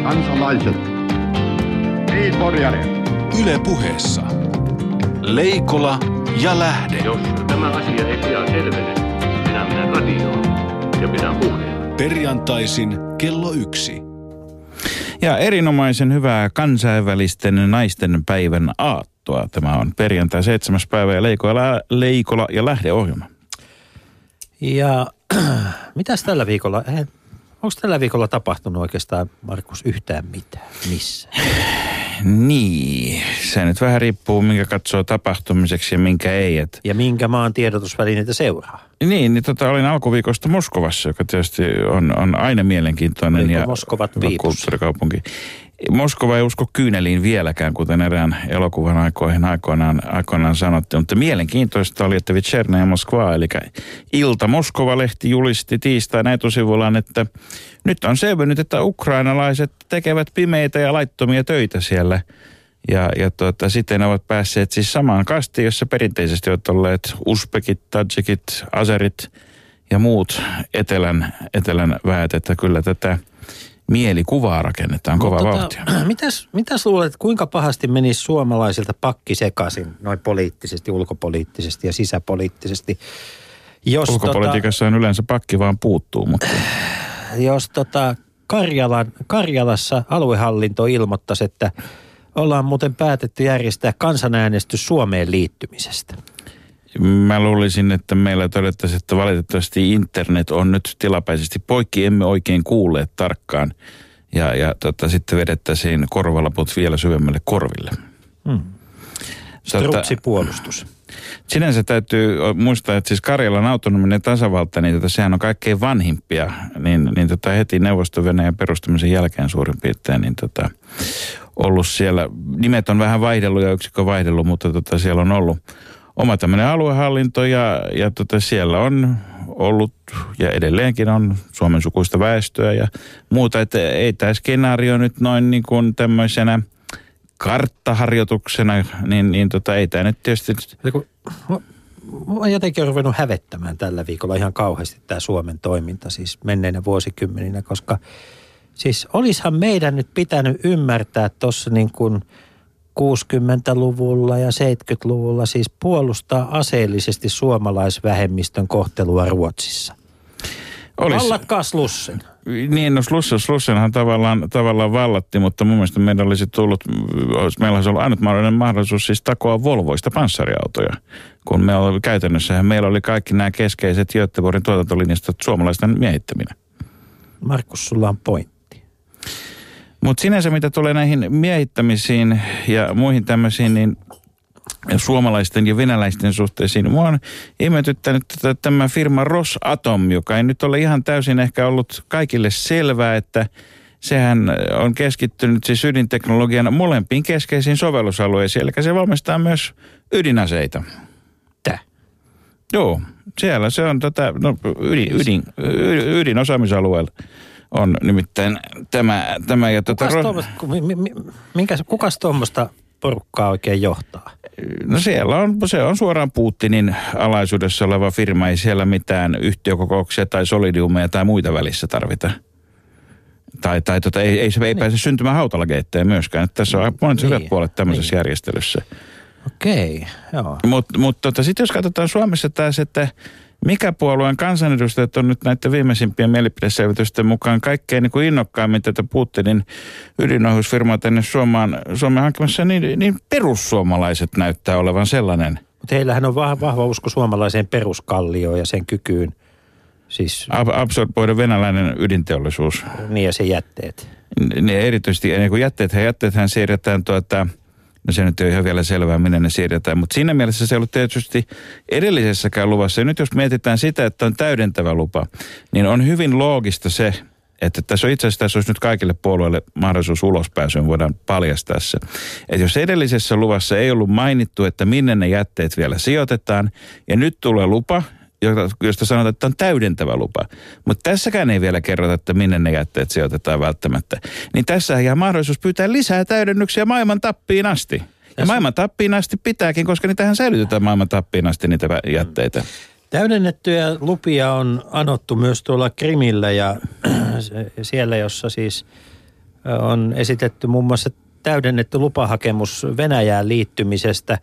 kansalaiset. Niin, Porjari. Yle Puheessa. Leikola ja Lähde. Jos tämä asia ei pian selvene, minä menen radioon ja pidän puheen. Perjantaisin kello 1. Ja erinomaisen hyvää kansainvälisten naisten päivän aattoa. Tämä on perjantai 7. päivä ja Leikola ja Lähde-ohjelma. Ja mitäs tällä viikolla, onko tällä viikolla tapahtunut oikeastaan, Markus, yhtään mitään? Missä? Niin, se nyt vähän riippuu, minkä katsoo tapahtumiseksi ja minkä ei. Ja minkä maan tiedotusvälineitä seuraa? Niin, olin alkuviikosta Moskovassa, joka tietysti on aina mielenkiintoinen. Oliko ja Moskovat viipussa? Kulttuurikaupunki. Moskova ei usko kyyneliin vieläkään, kuten erään elokuvan aikoinaan sanottiin. Mutta mielenkiintoista oli, että Večernaja ja Moskva, eli Ilta Moskova-lehti julisti tiistaina etusivullaan, että nyt on selvinnyt, että ukrainalaiset tekevät pimeitä ja laittomia töitä siellä. Ja siten ovat päässeet siis samaan kastiin, jossa perinteisesti ovat olleet uzbekit, tadžikit, azerit ja muut etelän väet, että kyllä tätä mielikuvaa rakennetaan kova vauhtia. Mitäs luulet, kuinka pahasti menisi suomalaisilta pakki sekaisin noin poliittisesti, ulkopoliittisesti ja sisäpoliittisesti? Jos ulkopolitiikassa on yleensä pakki vaan puuttuu, mutta jos Karjalassa aluehallinto ilmoittaisi, että ollaan muuten päätetty järjestää kansanäänestys Suomeen liittymisestä. Mä luulisin, että meillä todettaisiin, että valitettavasti internet on nyt tilapäisesti poikki, emme oikein kuulleet tarkkaan. Ja sitten vedettäisiin korvalaput vielä syvemmälle korville. Strutsipuolustus. Sinänsä täytyy muistaa, että siis Karjalan autonominen tasavalta, niin sehän on kaikkein vanhimpia, niin heti Neuvosto-Venäjän perustamisen jälkeen suurin piirtein, niin ollut siellä, nimet on vähän vaihdellut ja yksikkö vaihdellut, mutta siellä on ollut oma tämmöinen aluehallinto ja siellä on ollut ja edelleenkin on Suomen sukuista väestöä ja muuta, että ei tämä skenaario nyt noin niin kuin tämmöisenä karttaharjoituksena, niin ei tämä nyt tietysti. Mä jotenkin ruvennut hävettämään tällä viikolla ihan kauheasti tämä Suomen toiminta siis menneinä vuosikymmeninä, koska siis olisihan meidän nyt pitänyt ymmärtää tuossa niin kuin 60-luvulla ja 70-luvulla siis puolustaa aseellisesti suomalaisvähemmistön kohtelua Ruotsissa. Vallatkaa Slussen. Niin, no Slussenhan tavallaan vallatti, mutta mun mielestä meillä olisi ollut ainut mahdollinen mahdollisuus siis takoa Volvoista panssariautoja. Kun meillä oli kaikki nämä keskeiset Göteborgin tuotantolinjastot suomalaisten miehittäminen. Markus, sulla on pointti. Mutta sinänsä mitä tulee näihin miehittämisiin ja muihin tämmöisiin, niin suomalaisten ja venäläisten suhteisiin. Mua on ihmetyttänyt tämä firma Rosatom, joka ei nyt ole ihan täysin ehkä ollut kaikille selvää, että sehän on keskittynyt siis ydinteknologian molempiin keskeisiin sovellusalueisiin, eli se valmistaa myös ydinaseita. Tää? Joo, siellä se on ydinosaamisalueella. On nimittäin tämä ja kukas tuommoista porukkaa oikein johtaa? No se on suoraan Putinin alaisuudessa oleva firma, ei siellä mitään yhtiökokouksia tai solidiumeja tai muita välissä tarvita. Ei pääse syntymään hautalageittejä myöskään. Että tässä on monet hyvät puolet tämmöisessä järjestelyssä. Okei, joo. Mutta sitten jos katsotaan Suomessa taas, että mikä puolueen kansanedustajat on nyt näiden viimeisimpien mielipideselvitysten mukaan kaikkein niin kuin innokkaammin tätä Putinin ydinohjusfirmaa tänne Suomeen hankkimassa, niin perussuomalaiset näyttää olevan sellainen. Mutta heillähän on vahva usko suomalaiseen peruskallioon ja sen kykyyn. Siis absorboida venäläinen ydinteollisuus. Niin ja sen jätteet. Niin erityisesti ennen kuin jätteethän siirretään no se nyt ei ole ihan vielä selvää, minne ne siirretään, mutta siinä mielessä se ei ollut tietysti edellisessäkään luvassa. Ja nyt jos mietitään sitä, että on täydentävä lupa, niin on hyvin loogista se, että tässä olisi nyt kaikille puolueille mahdollisuus ulospääsyyn, voidaan paljastaa se. Että jos edellisessä luvassa ei ollut mainittu, että minne ne jätteet vielä sijoitetaan, ja nyt tulee lupa, josta sanotaan, että on täydentävä lupa. Mutta tässäkään ei vielä kerrota, että minne ne jätteet sijoitetaan välttämättä. Niin tässä jää mahdollisuus pyytää lisää täydennyksiä maailman tappiin asti. Ja maailman tappiin asti pitääkin, koska niitähän säilytetään maailman tappiin asti niitä jätteitä. Täydennettyjä lupia on anottu myös tuolla Krimillä ja siellä, jossa siis on esitetty muun muassa täydennetty lupahakemus Venäjään liittymisestä.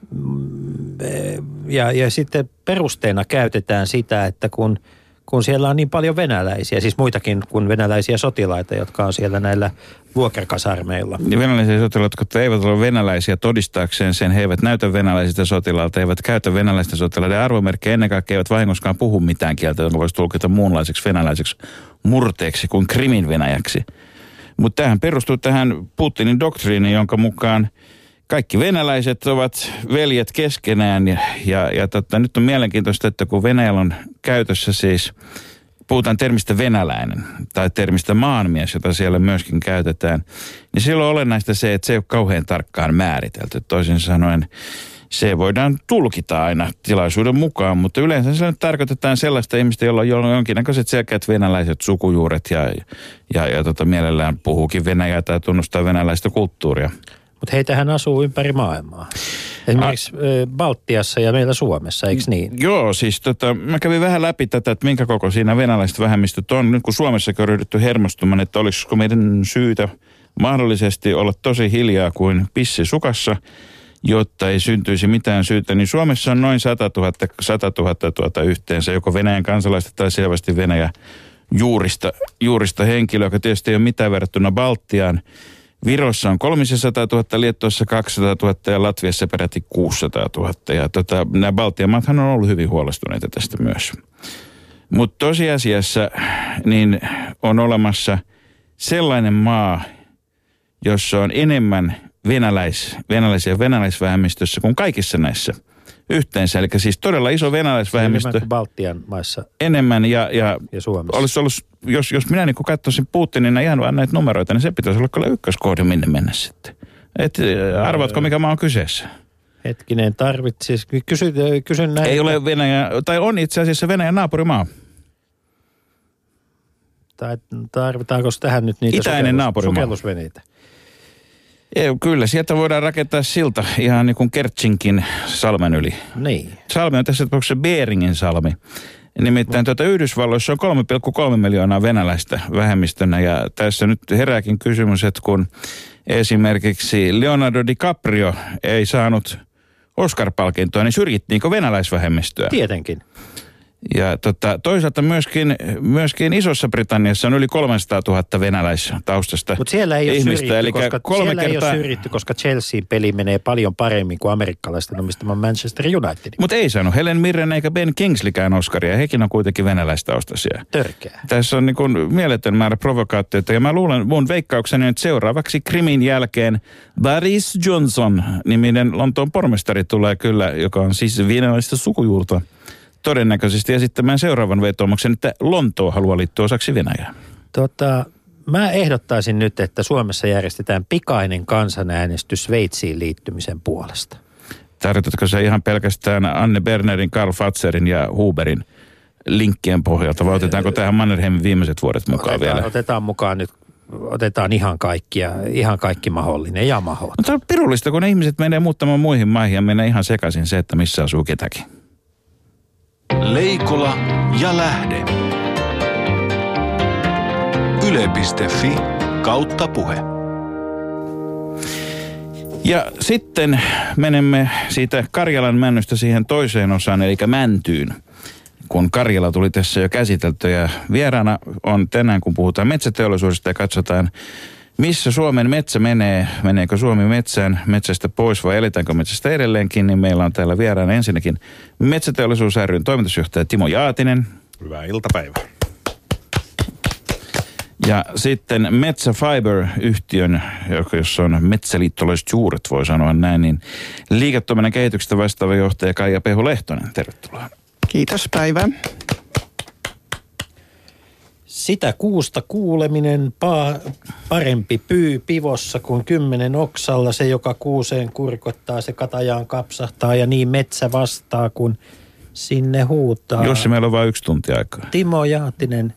Ja sitten perusteena käytetään sitä, että kun siellä on niin paljon venäläisiä, siis muitakin kuin venäläisiä sotilaita, jotka on siellä näillä vuokrakasarmeilla. Ja venäläisiä sotilaita, jotka eivät ole venäläisiä todistaakseen sen, he eivät näytä venäläisistä sotilailta, eivät käytä venäläistä sotilaiden arvomerkkejä, ennen kaikkea eivät vahingoskaan puhu mitään kieltä, jonka voisi tulkita muunlaiseksi venäläiseksi murteeksi kuin Krimin venäjäksi. Mutta tämähän perustuu tähän Putinin doktriiniin, jonka mukaan kaikki venäläiset ovat veljet keskenään ja nyt on mielenkiintoista, että kun Venäjällä on käytössä siis, puhutaan termistä venäläinen tai termistä maanmies, jota siellä myöskin käytetään, niin silloin on olennaista se, että se ei ole kauhean tarkkaan määritelty. Toisin sanoen se voidaan tulkita aina tilaisuuden mukaan, mutta yleensä se tarkoitetaan sellaista ihmistä, jolla on jonkinnäköiset selkeät venäläiset sukujuuret ja mielellään puhuukin venäjää tai tunnustaa venäläistä kulttuuria. Mutta heitähän asuu ympäri maailmaa. Esimerkiksi Baltiassa ja meillä Suomessa, eikö niin? Joo, siis mä kävin vähän läpi tätä, että minkä koko siinä venäläiset vähemmistöt on. Nyt kun Suomessakin on ryhdytty hermostumaan, että olisiko meidän syytä mahdollisesti olla tosi hiljaa kuin pissi sukassa, jotta ei syntyisi mitään syytä, niin Suomessa on noin 100 000 yhteensä, joko Venäjän kansalaista tai selvästi Venäjän juurista henkilöä, joka tietysti ei ole mitään verrattuna Baltiaan. Virossa on 300 000, Liettuassa 200 000 ja Latviassa peräti 600 000. Ja nämä Baltian maathan on ollut hyvin huolestuneita tästä myös. Mutta tosiasiassa niin on olemassa sellainen maa, jossa on enemmän venäläisiä venäläisvähemmistössä kuin kaikissa näissä yhteensä. Eli siis todella iso venäläisvähemmistö. Enemmän kuin Baltian maissa. Enemmän ja Suomessa. Olisi ollut, jos minä niin katsoisin Putinina ihan vaan näitä numeroita, niin se pitäisi olla kyllä ykköskohde minne mennä sitten. Arvaatko mikä maa on kyseessä? Hetkinen, tarvitsisi. Kysyn näin. Ei ole Venäjä, tai on itse asiassa Venäjän naapurimaa. Tai tarvitaanko tähän nyt niitä itäinen naapurimaa. Sukellusveneitä? Kyllä, sieltä voidaan rakentaa silta ihan niin kuin Kertsinkin salmen yli. Niin. Salmi on tässä tapauksessa Beringin salmi. Nimittäin Yhdysvalloissa on 3,3 miljoonaa venäläistä vähemmistönä ja tässä nyt herääkin kysymys, että kun esimerkiksi Leonardo DiCaprio ei saanut Oscar-palkintoa, niin syrjittiinkö venäläisvähemmistöä? Tietenkin. Ja toisaalta myöskin Isossa Britanniassa on yli 300 000 venäläistaustasta Mutta siellä ei ole ihmistä. syrjitty, syrjitty, koska Chelsean peli menee paljon paremmin kuin amerikkalaisten omistaman Manchester United. Mutta ei saanut Helen Mirren eikä Ben Kingsley'kään Oscaria. Hekin on kuitenkin venäläistaustaisia. Törkeä. Tässä on niin kuin mieletön määrä provokaatioita. Ja mä luulen, mun veikkaukseni, että seuraavaksi Krimin jälkeen Boris Johnson -niminen Lontoon pormestari tulee kyllä, joka on siis venäläistä sukujuurta, todennäköisesti esittämään seuraavan vetoomuksen, että Lontoo haluaa liittyä osaksi Venäjää. Mä ehdottaisin nyt, että Suomessa järjestetään pikainen kansanäänestys Sveitsiin liittymisen puolesta. Tarkoitatko se ihan pelkästään Anne Bernerin, Karl Fatserin ja Huberin linkkien pohjalta, vai otetaanko tähän Mannerheimin viimeiset vuodet mukaan vielä? Otetaan mukaan nyt, otetaan ihan kaikki mahdollinen ja mahdoton. Mutta on pirullista, kun ne ihmiset menee muuttamaan muihin maihin ja menee ihan sekaisin se, että missä asuu ketäkin. Leikola ja Lähde. Yle.fi/puhe. Ja sitten menemme siitä Karjalan männystä siihen toiseen osaan, eli mäntyyn. Kun Karjala tuli tässä jo käsitelty ja vieraana on tänään, kun puhutaan metsäteollisuudesta ja katsotaan, missä Suomen metsä menee, meneekö Suomi metsään, metsästä pois vai eletäänkö metsästä edelleenkin, niin meillä on täällä vieraana ensinnäkin Metsäteollisuus ry:n toimitusjohtaja Timo Jaatinen. Hyvää iltapäivää. Ja sitten Metsä Fiber-yhtiön, jossa on metsäliittolaiset juuret, voi sanoa näin, niin liiketoiminnan kehityksestä vastaava johtaja Kaija Pehu-Lehtonen. Tervetuloa. Kiitos, päivä. Sitä kuusta kuuleminen parempi pyy pivossa kuin 10 oksalla. Se, joka kuuseen kurkottaa, se katajaan kapsahtaa ja niin metsä vastaa, kun sinne huutaa. Jos meillä on vain 1 tunti aikaa. Timo Jaatinen,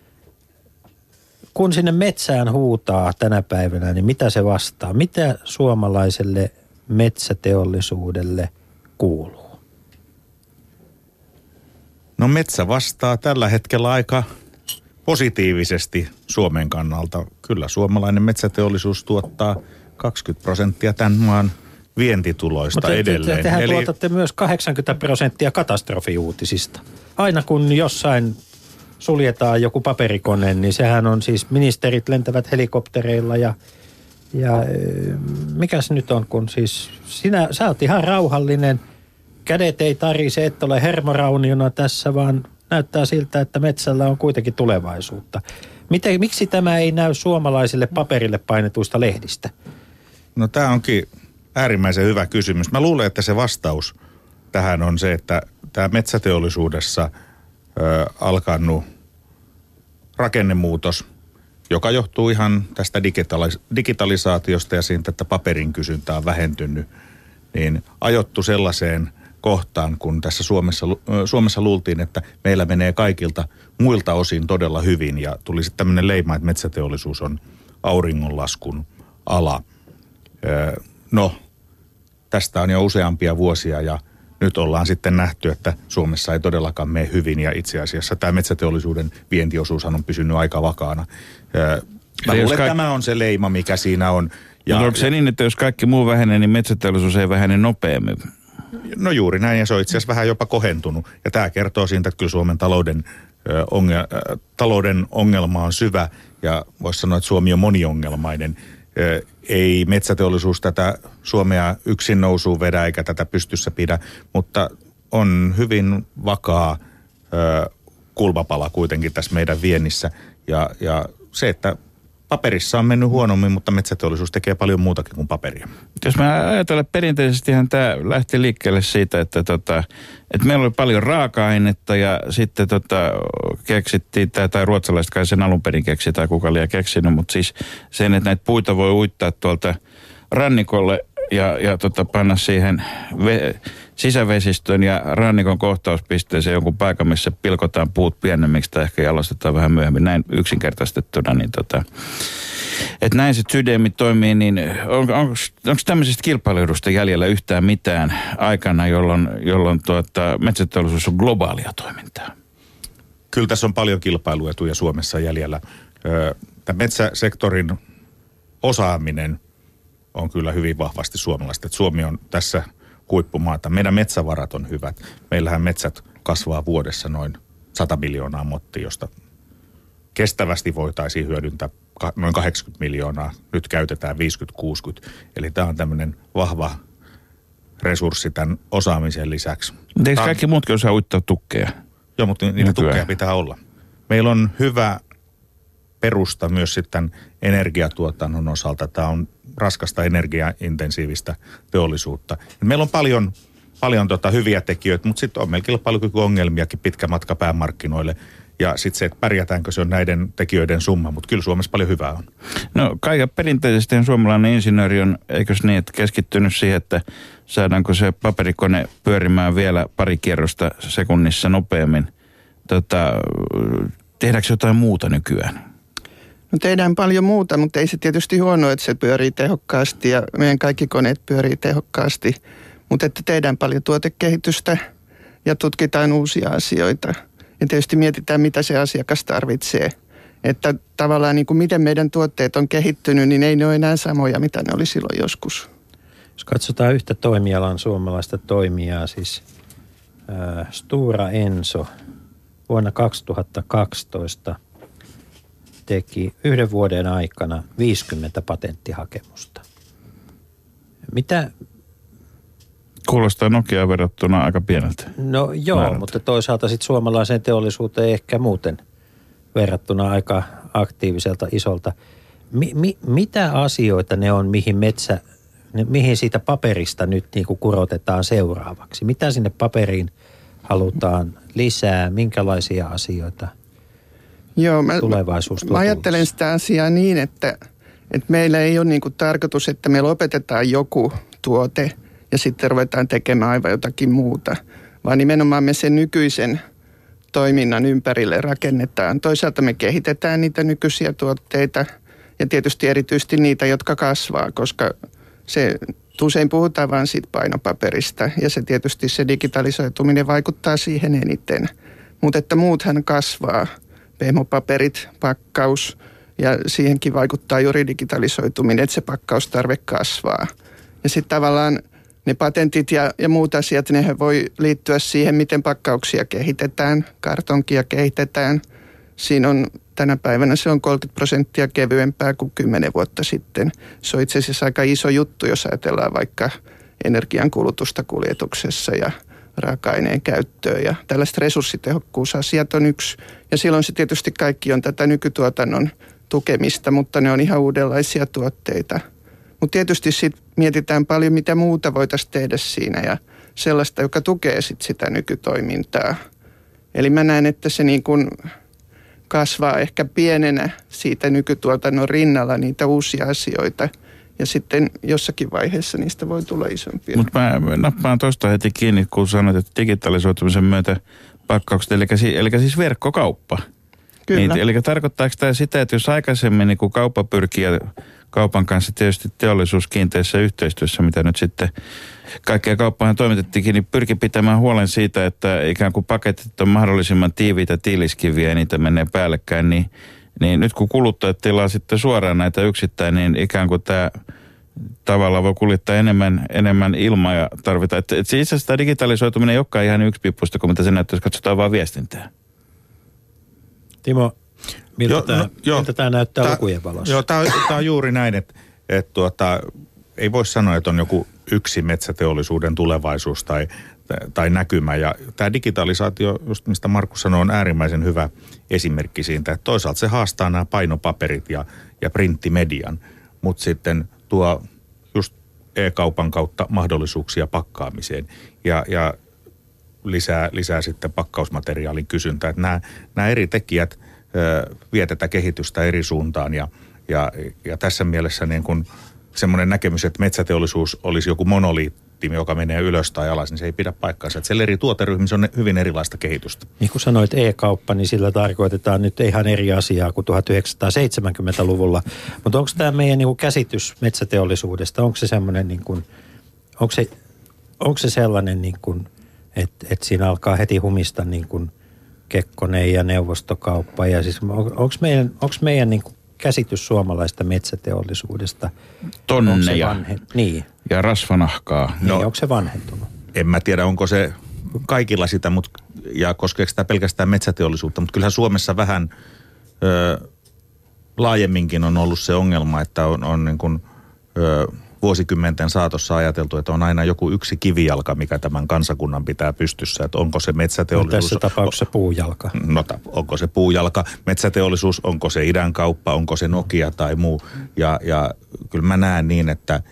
kun sinne metsään huutaa tänä päivänä, niin mitä se vastaa? Mitä suomalaiselle metsäteollisuudelle kuuluu? No metsä vastaa tällä hetkellä aika positiivisesti Suomen kannalta. Kyllä suomalainen metsäteollisuus tuottaa 20% tämän maan vientituloista edelleen. Mutta tehän tuotatte myös 80% katastrofiuutisista. Aina kun jossain suljetaan joku paperikone, niin sehän on siis ministerit lentävät helikoptereilla ja mikäs nyt on, kun siis sä oot ihan rauhallinen, kädet ei tarise, et ole hermorauniona tässä, vaan näyttää siltä, että metsällä on kuitenkin tulevaisuutta. Miksi tämä ei näy suomalaisille paperille painetuista lehdistä? No tämä onkin äärimmäisen hyvä kysymys. Mä luulen, että se vastaus tähän on se, että tämä metsäteollisuudessa alkanut rakennemuutos, joka johtuu ihan tästä digitalisaatiosta ja siitä, että paperin kysyntä on vähentynyt, niin ajoittu sellaiseen kohtaan, kun tässä Suomessa luultiin, että meillä menee kaikilta muilta osin todella hyvin ja tuli sitten tämmöinen leima, että metsäteollisuus on auringonlaskun ala. No, tästä on jo useampia vuosia ja nyt ollaan sitten nähty, että Suomessa ei todellakaan mene hyvin ja itse asiassa tämä metsäteollisuuden vientiosuushan on pysynyt aika vakaana. Mä luulen, että tämä on se leima, mikä siinä on. Ja onko se niin, että jos kaikki muu vähenee, niin metsäteollisuus ei vähene nopeammin? No juuri näin, ja se on itse asiassa vähän jopa kohentunut. Ja tämä kertoo siitä, että kyllä Suomen talouden ongelma on syvä, ja voisi sanoa, että Suomi on moniongelmainen. Ei metsäteollisuus tätä Suomea yksin nousuun vedä, eikä tätä pystyssä pidä, mutta on hyvin vakaa kulmapala kuitenkin tässä meidän viennissä. Ja se, että paperissa on mennyt huonommin, mutta metsäteollisuus tekee paljon muutakin kuin paperia. Jos mä ajatellaan, perinteisestihän tämä lähti liikkeelle siitä, että meillä oli paljon raaka-ainetta ja sitten keksittiin, tai ruotsalaiset kai sen alun perin keksi, tai kuka liian keksinyt, mutta siis sen, että näitä puita voi uittaa tuolta rannikolle ja panna siihen sisävesistön ja rannikon kohtauspisteeseen jonkun paikan, missä pilkotaan puut pienemmiksi tai ehkä jalostetaan vähän myöhemmin. Näin yksinkertaistettuna, niin että näin se sydämi toimii, niin onko tämmöisestä kilpailuedusta jäljellä yhtään mitään aikana, jolloin metsäteollisuus on globaalia toimintaa? Kyllä tässä on paljon kilpailuetuja Suomessa jäljellä. Tämä metsäsektorin osaaminen on kyllä hyvin vahvasti suomalaista. Että Suomi on tässä huippumaata. Meidän metsävarat on hyvät. Meillähän metsät kasvaa vuodessa noin 100 miljoonaa mottia, josta kestävästi voitaisiin hyödyntää noin 80 miljoonaa. Nyt käytetään 50-60. Eli tämä on tämmöinen vahva resurssi tämän osaamisen lisäksi. Eikö kaikki muutkin osaa uittaa tukkeja? Joo, mutta niitä tukkeja pitää olla. Meillä on hyvä perusta myös sitten energiatuotannon osalta. Tämä on raskasta energiaintensiivistä teollisuutta. Meillä on paljon hyviä tekijöitä, mutta sitten on meillä kilpailukykyongelmiakin pitkä matka päämarkkinoille. Ja sitten se, että pärjätäänkö, se on näiden tekijöiden summa, mutta kyllä Suomessa paljon hyvää on. No kaiken perinteisesti suomalainen insinööri on, eikös niin, että keskittynyt siihen, että saadaanko se paperikone pyörimään vielä pari kierrosta sekunnissa nopeammin. Tehdäänkö jotain muuta nykyään? No tehdään paljon muuta, mutta ei se tietysti huono, että se pyörii tehokkaasti ja meidän kaikki koneet pyörii tehokkaasti. Mutta että tehdään paljon tuotekehitystä ja tutkitaan uusia asioita. Ja tietysti mietitään, mitä se asiakas tarvitsee. Että tavallaan niin kuin miten meidän tuotteet on kehittynyt, niin ei ne ole enää samoja, mitä ne oli silloin joskus. Jos katsotaan yhtä toimialan suomalaista toimijaa, siis Stora Enso vuonna 2012 teki 1 vuoden aikana 50 patenttihakemusta. Mitä? Kuulostaa Nokiaan verrattuna aika pieneltä. No joo, määrältä. Mutta toisaalta sitten suomalaiseen teollisuuteen ehkä muuten verrattuna aika aktiiviselta isolta. Mitä asioita ne on, mihin siitä paperista nyt niin kuin kurotetaan seuraavaksi? Mitä sinne paperiin halutaan lisää? Minkälaisia asioita? Joo, mä ajattelen sitä asiaa niin, että meillä ei ole niin kuin tarkoitus, että me lopetetaan joku tuote ja sitten ruvetaan tekemään aivan jotakin muuta, vaan nimenomaan me sen nykyisen toiminnan ympärille rakennetaan. Toisaalta me kehitetään niitä nykyisiä tuotteita ja tietysti erityisesti niitä, jotka kasvaa, koska se usein puhutaan vain siitä painopaperista ja se tietysti se digitalisoituminen vaikuttaa siihen eniten. Mutta että muuthan kasvaa. pehmopaperit, pakkaus ja siihenkin vaikuttaa juuri digitalisoituminen, että se pakkaustarve kasvaa. Ja sitten tavallaan ne patentit ja muut asiat, nehän voi liittyä siihen, miten pakkauksia kehitetään, kartonkia kehitetään. Siinä on tänä päivänä se on 30% kevyempää kuin 10 vuotta sitten. Se on itse asiassa aika iso juttu, jos ajatellaan vaikka energiankulutusta kuljetuksessa ja raaka-aineen käyttöä. Ja tällaiset resurssitehokkuusasiat on yksi. Ja silloin se tietysti kaikki on tätä nykytuotannon tukemista, mutta ne on ihan uudenlaisia tuotteita. Mutta tietysti sitten mietitään paljon, mitä muuta voitaisiin tehdä siinä ja sellaista, joka tukee sit sitä nykytoimintaa. Eli mä näen, että se niin kuin kasvaa ehkä pienenä siitä nykytuotannon rinnalla niitä uusia asioita. Ja sitten jossakin vaiheessa niistä voi tulla isompia. Mutta mä nappaan tuosta heti kiinni, kun sanoit, että digitalisoitumisen myötä pakkaukset, eli siis verkkokauppa. Kyllä. Niin, eli tarkoittaako tämä sitä, että jos aikaisemmin niin kun kauppa pyrkii kaupan kanssa tietysti teollisuus kiinteässä yhteistyössä, mitä nyt sitten kaikkea kauppaan toimitettiinkin, niin pyrki pitämään huolen siitä, että ikään kuin paketit on mahdollisimman tiiviitä tiiliskiviä ja niitä menee päällekkäin, niin nyt kun kuluttajat tilaa sitten suoraan näitä yksittäin, niin ikään kuin tämä tavallaan voi kuljettaa enemmän ilmaa ja tarvitaan. Että itse asiassa tämä digitalisoituminen ei olekaan ihan yksipiippuista kuin mitä se näyttää, jos katsotaan vaan viestintää. Timo, miltä tämä näyttää lukujen valossa? Joo, tämä on juuri näin, että ei voi sanoa, että on joku yksi metsäteollisuuden tulevaisuus tai näkymä. Ja tämä digitalisaatio, just mistä Markus sanoi, on äärimmäisen hyvä esimerkki siitä, että toisaalta se haastaa nämä painopaperit ja printtimedian, mutta sitten tuo just e-kaupan kautta mahdollisuuksia pakkaamiseen ja lisää sitten pakkausmateriaalin kysyntää. Että nämä eri tekijät vie tätä kehitystä eri suuntaan ja tässä mielessä niin kun semmoinen näkemys, että metsäteollisuus olisi joku monoliitti, joka menee ylös tai alas, niin se ei pidä paikkaansa. Että siellä eri tuoteryhmissä on hyvin erilaista kehitystä. Niin kuin sanoit e-kauppa, niin sillä tarkoitetaan nyt ihan eri asiaa kuin 1970-luvulla. Mutta onko tämä meidän niin kuin käsitys metsäteollisuudesta, onko se semmoinen niin kuin, onko se sellainen niin kuin, että siinä alkaa heti humista niin kuin Kekkonen ja neuvostokauppa ja siis onko meidän niin kuin käsitys suomalaista metsäteollisuudesta? Tonneja niin. Ja rasvanahkaa. Niin, onko se vanhentunut? En mä tiedä, onko se kaikilla sitä, ja koskeeko sitä pelkästään metsäteollisuutta, mutta kyllähän Suomessa vähän laajemminkin on ollut se ongelma, että on niin kuin, vuosikymmenten saatossa ajateltu, että on aina joku yksi kivijalka, mikä tämän kansakunnan pitää pystyssä. Että onko se metsäteollisuus... No tässä tapauksessa puujalka. No, onko se puujalka, metsäteollisuus, onko se idänkauppa, onko se Nokia tai muu. Ja kyllä mä näen niin, että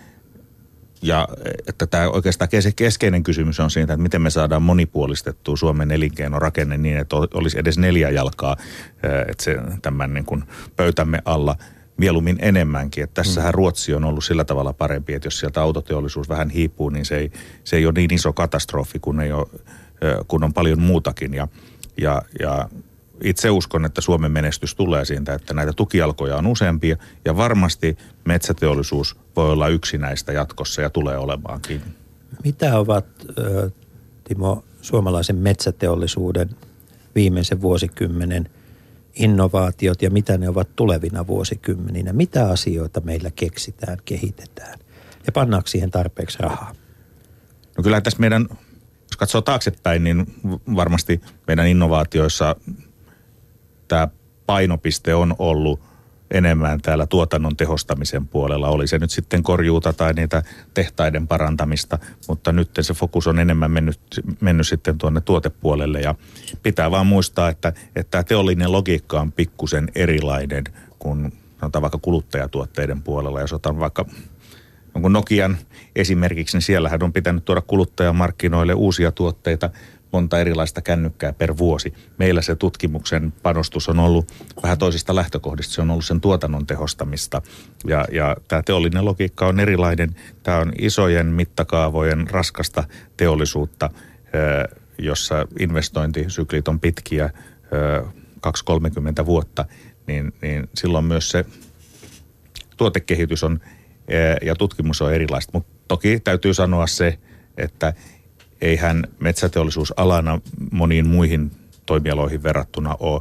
tämä oikeastaan keskeinen kysymys on siitä, että miten me saadaan monipuolistettua Suomen elinkeinorakenne niin, että olisi edes 4 jalkaa, että se tämän niin kuin pöytämme alla mieluummin enemmänkin. Että tässähän Ruotsi on ollut sillä tavalla parempi, että jos sieltä autoteollisuus vähän hiipuu, niin se ei ole niin iso katastrofi, kun on paljon muutakin. Ja itse uskon, että Suomen menestys tulee siitä, että näitä tukijalkoja on useampia ja varmasti metsäteollisuus voi olla yksi näistä jatkossa ja tulee olemaankin. Mitä ovat, Timo, suomalaisen metsäteollisuuden viimeisen vuosikymmenen innovaatiot ja mitä ne ovat tulevina vuosikymmeninä? Mitä asioita meillä keksitään, kehitetään ja pannaanko siihen tarpeeksi rahaa? No kyllä tässä meidän, jos katsoo taaksepäin, niin varmasti meidän innovaatioissa tämä painopiste on ollut enemmän täällä tuotannon tehostamisen puolella. Oli se nyt sitten korjuuta tai niitä tehtaiden parantamista, mutta nyt se fokus on enemmän mennyt sitten tuonne tuotepuolelle. Ja pitää vaan muistaa, että tämä teollinen logiikka on pikkusen erilainen kuin sanotaan vaikka kuluttajatuotteiden puolella. Jos otan vaikka jonkun Nokian esimerkiksi, niin siellähän on pitänyt tuoda kuluttajamarkkinoille uusia tuotteita, monta erilaista kännykkää per vuosi. Meillä se tutkimuksen panostus on ollut vähän toisista lähtökohdista. Se on ollut sen tuotannon tehostamista. Ja tämä teollinen logiikka on erilainen. Tämä on isojen mittakaavojen raskasta teollisuutta, jossa investointisyklit on pitkiä, 2-30 vuotta. Niin silloin myös se tuotekehitys on ja tutkimus on erilaista. Mutta toki täytyy sanoa se, että eihän metsäteollisuus alana moniin muihin toimialoihin verrattuna ole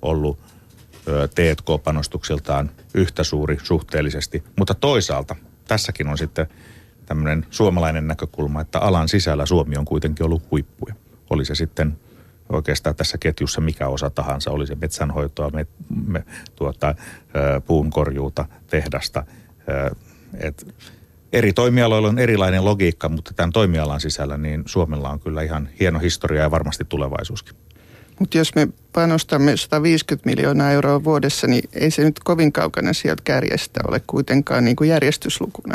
ollut T&K-panostuksiltaan yhtä suuri suhteellisesti. Mutta toisaalta tässäkin on sitten tämmöinen suomalainen näkökulma, että alan sisällä Suomi on kuitenkin ollut huippuja. Oli se sitten oikeastaan tässä ketjussa mikä osa tahansa, oli se metsänhoitoa, puunkorjuuta, tehdasta. Eri toimialoilla on erilainen logiikka, mutta tämän toimialan sisällä niin Suomella on kyllä ihan hieno historia ja varmasti tulevaisuuskin. Mutta jos me panostamme 150 miljoonaa euroa vuodessa, niin ei se nyt kovin kaukana sieltä kärjestä ole kuitenkaan niin kuin järjestyslukuna.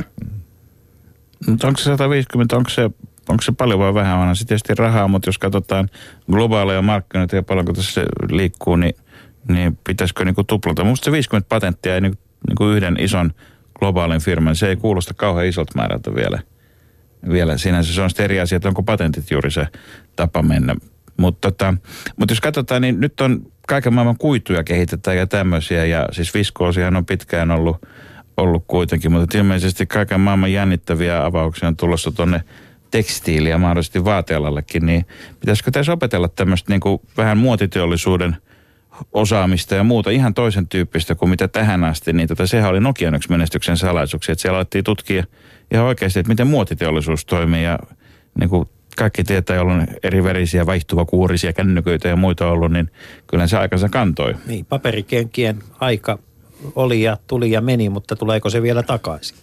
Mutta onko se 150, onko se paljon vai vähän? Onhan se tietysti rahaa, mutta jos katsotaan globaaleja markkinoita ja paljonko tässä liikkuu, niin pitäisikö niin kuin tuplata? Minusta se 50 patenttia ei niin kuin yhden ison globaalin firman, se ei kuulosta kauhean isolta määrältä vielä. Sinänsä se on sitten eri asia, että onko patentit juuri se tapa mennä. Mutta jos katsotaan, niin nyt on kaiken maailman kuituja kehitetään ja tämmöisiä, ja siis viskoosihan on pitkään ollut kuitenkin, mutta ilmeisesti kaiken maailman jännittäviä avauksia on tulossa tuonne tekstiili- ja mahdollisesti vaatealallekin, niin pitäisikö tässä opetella tämmöistä niin kuin vähän muotiteollisuuden osaamista ja muuta ihan toisen tyyppistä kuin mitä tähän asti, niin sehän oli Nokian yksi menestyksen salaisuuksia, että siellä alettiin tutkia ihan oikeasti, että miten muotiteollisuus toimii ja niin kuin kaikki tietää, jolla on eri värisiä vaihtuvakuurisia kännyköitä ja muita ollut, niin kyllä se aikansa kantoi. Niin, paperikenkien aika oli ja tuli ja meni, mutta tuleeko se vielä takaisin?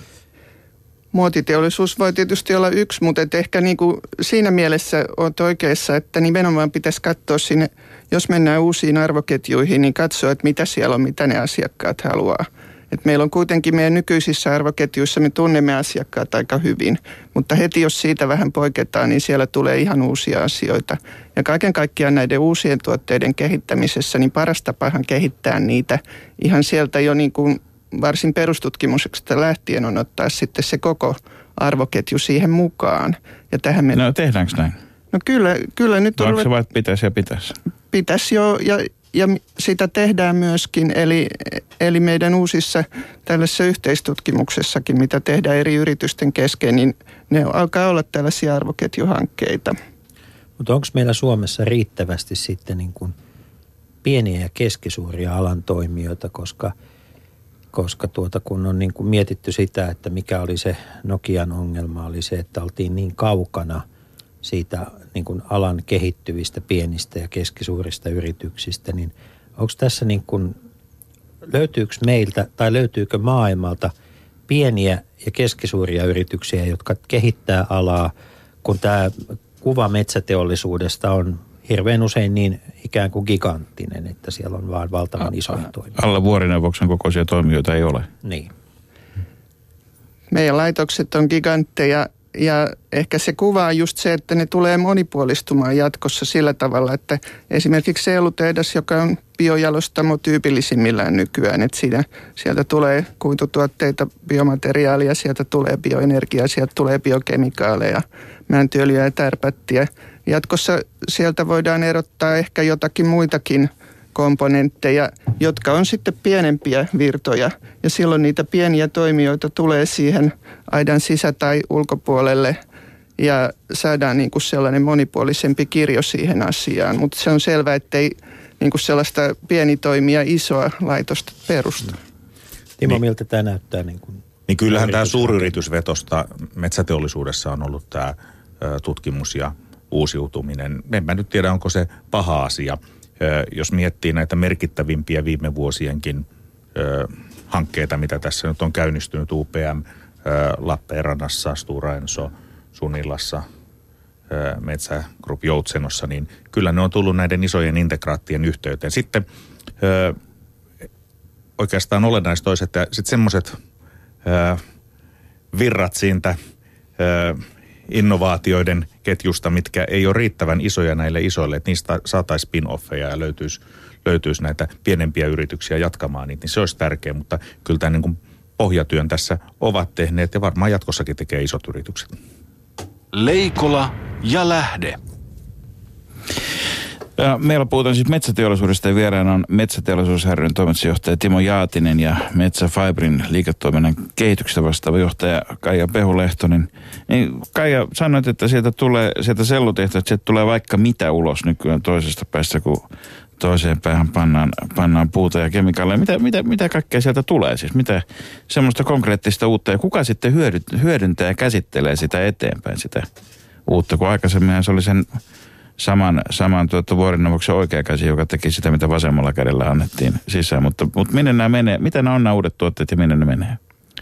Muotiteollisuus voi tietysti olla yksi, mutta ehkä niin kuin siinä mielessä olet oikeassa, että nimenomaan pitäisi katsoa sinne, jos mennään uusiin arvoketjuihin, niin katsoa, että mitä siellä on, mitä ne asiakkaat haluaa. Et meillä on kuitenkin meidän nykyisissä arvoketjuissa, me tunnemme asiakkaat aika hyvin, mutta heti jos siitä vähän poiketaan, niin siellä tulee ihan uusia asioita. Ja kaiken kaikkiaan näiden uusien tuotteiden kehittämisessä, niin paras tapahan kehittää niitä ihan sieltä jo niin kuin varsin perustutkimuksesta lähtien on ottaa sitten se koko arvoketju siihen mukaan. Ja tähän me... No tehdäänkö näin? No kyllä nyt on... Onko se vaan, että pitäisi? Pitäisi jo, ja sitä tehdään myöskin, eli meidän uusissa tällaisessa yhteistutkimuksessakin, mitä tehdään eri yritysten kesken, niin ne alkaa olla tällaisia arvoketjuhankkeita. Mutta onko meillä Suomessa riittävästi sitten niin kuin pieniä ja keskisuuria alan toimijoita, koska kun on niin kuin mietitty sitä, että mikä oli se Nokian ongelma, oli se, että oltiin niin kaukana siitä niin kuin alan kehittyvistä pienistä ja keskisuurista yrityksistä, niin onko tässä niin kuin, löytyykö meiltä tai löytyykö maailmalta pieniä ja keskisuuria yrityksiä, jotka kehittää alaa, kun tämä kuva metsäteollisuudesta on hirveän usein niin ikään kuin giganttinen, että siellä on vaan valtavan isoja toimijoita. Alla Vuorineuvoksen kokoisia toimijoita ei ole. Niin. Meidän laitokset on gigantteja ja ehkä se kuvaa just se, että ne tulee monipuolistumaan jatkossa sillä tavalla, että esimerkiksi sellutehdas, joka on biojalostamo tyypillisimmillään nykyään, että sieltä tulee kuitutuotteita, biomateriaalia, sieltä tulee bioenergiaa, sieltä tulee biokemikaaleja, mäntyöljyä ja tärpättiä. Jatkossa sieltä voidaan erottaa ehkä jotakin muitakin komponentteja, jotka on sitten pienempiä virtoja. Ja silloin niitä pieniä toimijoita tulee siihen aidan sisä- tai ulkopuolelle ja saadaan niin kuin sellainen monipuolisempi kirjo siihen asiaan. Mutta se on selvää, ettei niin kuin sellaista pienitoimia isoa laitosta perusta. Timo, miltä tämä näyttää? Niin kyllähän tämä suuryritysvetosta metsäteollisuudessa on ollut tämä tutkimus ja uusiutuminen. En mä nyt tiedä, onko se paha asia. Jos miettii näitä merkittävimpiä viime vuosienkin hankkeita, mitä tässä nyt on käynnistynyt, UPM, Lappeenrannassa, Stora Enso, Sunilassa, Metsä Group Joutsenossa, niin kyllä ne on tullut näiden isojen integraattien yhteyteen. Sitten oikeastaan olennaista olisi, että sitten semmoiset virrat siitä innovaatioiden ketjusta, mitkä ei ole riittävän isoja näille isoille, että niistä saataisiin spin-offeja ja löytyisi näitä pienempiä yrityksiä jatkamaan niitä, niin se olisi tärkeää, mutta kyllä tämä niin kuin pohjatyön tässä ovat tehneet ja varmaan jatkossakin tekee isot yritykset. Leikola ja Lähde. Ja meillä puhutaan siis metsäteollisuudesta ja vieraana on Metsäteollisuus ry:n toimitusjohtaja Timo Jaatinen ja Metsäfibrin liiketoiminnan kehityksestä vastaava johtaja Kaija Pehulehtonen. Niin Kaija, sanoit, että sieltä sellutehtaasta sieltä tulee vaikka mitä ulos nykyään toisesta päästä, kun toiseen päähän pannaan puuta ja kemikaaleja. Mitä kaikkea sieltä tulee siis? Mitä semmoista konkreettista uutta ja kuka sitten hyödyntää ja käsittelee sitä eteenpäin sitä uutta, kun aikaisemminhan se oli sen saman Vuorineuvoksen oikea käsi, joka teki sitä, mitä vasemmalla kädellä annettiin sisään. Mutta minne nämä menee? Mitä nämä on nämä uudet tuotteet ja minne ne menee?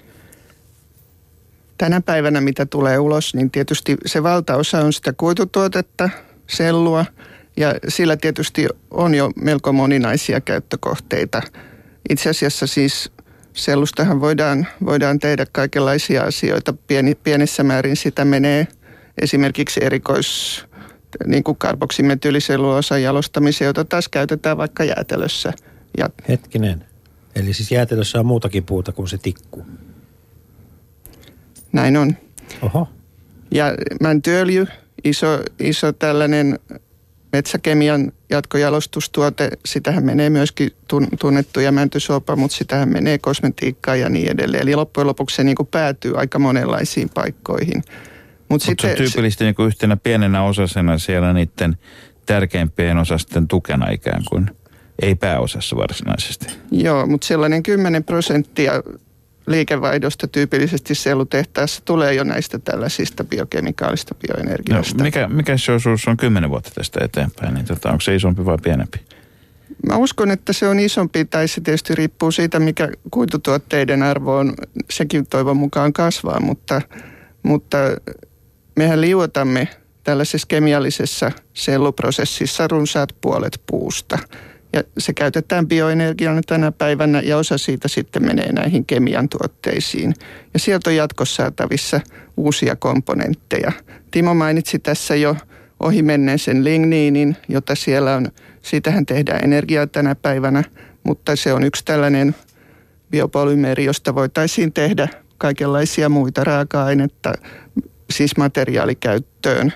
Tänä päivänä, mitä tulee ulos, niin tietysti se valtaosa on sitä kuitutuotetta, sellua, ja sillä tietysti on jo melko moninaisia käyttökohteita. Itse asiassa siis sellustahan voidaan tehdä kaikenlaisia asioita. Pienessä määrin sitä menee esimerkiksi niin kuin karboksimetyyliselluloosan jalostamiseen, jota taas käytetään vaikka jäätelössä. Hetkinen. Eli siis jäätelössä on muutakin puuta kuin se tikku. Näin on. Oho. Ja mäntyöljy, iso tällainen metsäkemian jatkojalostustuote, sitähän menee myöskin tunnettuja mäntysuopa, mutta sitähän menee kosmetiikkaan ja niin edelleen. Eli loppujen lopuksi se niin kuin päätyy aika monenlaisiin paikkoihin. Mutta se on tyypillisesti niin kuin yhtenä pienenä osasena siellä niiden tärkeimpien osasten tukena ikään kuin, ei pääosassa varsinaisesti. Joo, mutta sellainen 10% liikevaihdosta tyypillisesti sellutehtaassa tulee jo näistä tällaisista biokemikaalista bioenergiasta. No, mikä se osuus on 10 vuotta tästä eteenpäin? Niin onko se isompi vai pienempi? Mä uskon, että se on isompi, tai se tietysti riippuu siitä, mikä kuitutuotteiden arvo on. Sekin toivon mukaan kasvaa, mutta mehän liuotamme tällaisessa kemiallisessa selluprosessissa runsaat puolet puusta. Ja se käytetään bioenergiana tänä päivänä ja osa siitä sitten menee näihin kemian tuotteisiin. Ja sieltä on jatkossa saatavissa uusia komponentteja. Timo mainitsi tässä jo ohimenneen sen ligniinin, jota siellä on. Siitähän tehdään energiaa tänä päivänä, mutta se on yksi tällainen biopolymeeri, josta voitaisiin tehdä kaikenlaisia muita raaka-ainetta, siis materiaalikäyttöön,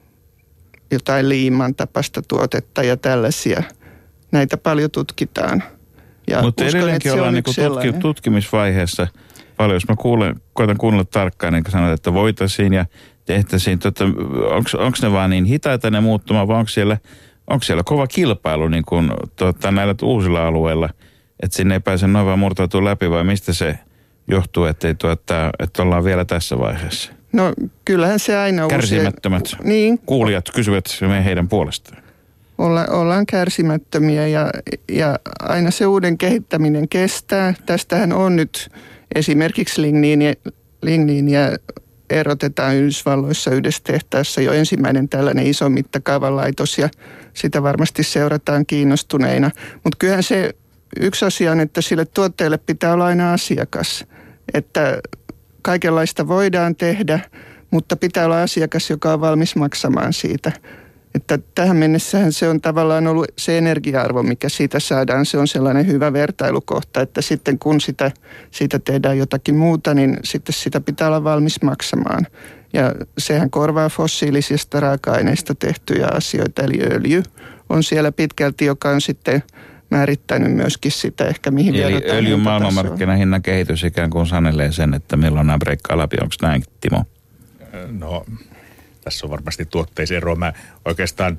jotain liiman tapaista tuotetta ja tällaisia. Näitä paljon tutkitaan. Mutta edelleenkin ollaan niin tutkimisvaiheessa paljon. Jos mä koitan kuunnella tarkkaan, niin kuin sanoit, että voitaisiin ja tehtäisiin. Onko ne vaan niin hitaita ne muuttumaan, vai onko siellä kova kilpailu niin kuin, näillä uusilla alueilla, että sinne ei pääse noin vaan murtautua läpi, vai mistä se johtuu, että ollaan vielä tässä vaiheessa? No kyllähän se aina kärsimättömät kuulijat kysyvät heidän puolestaan. Ollaan kärsimättömiä ja aina se uuden kehittäminen kestää. Tästähän on nyt esimerkiksi ligniiniä erotetaan Yhdysvalloissa yhdessä tehtaassa jo ensimmäinen tällainen iso mittakaavan laitos ja sitä varmasti seurataan kiinnostuneina. Mutta kyllähän se yksi asia on, että sille tuotteelle pitää olla aina asiakas. Että kaikenlaista voidaan tehdä, mutta pitää olla asiakas, joka on valmis maksamaan siitä. Että tähän mennessähän se on tavallaan ollut se energia-arvo, mikä siitä saadaan. Se on sellainen hyvä vertailukohta, että sitten kun siitä tehdään jotakin muuta, niin sitten sitä pitää olla valmis maksamaan. Ja sehän korvaa fossiilisista raaka-aineista tehtyjä asioita, eli öljy on siellä pitkälti, joka on sitten määrittänyt myöskin sitä ehkä mihin verrataan. Eli öljyn maailmanmarkkinahinnan kehitys ikään kuin sanelee sen, että milloin nämä breikkaa läpi. Onko näin, Timo? No, tässä on varmasti tuotteisero. Mä oikeastaan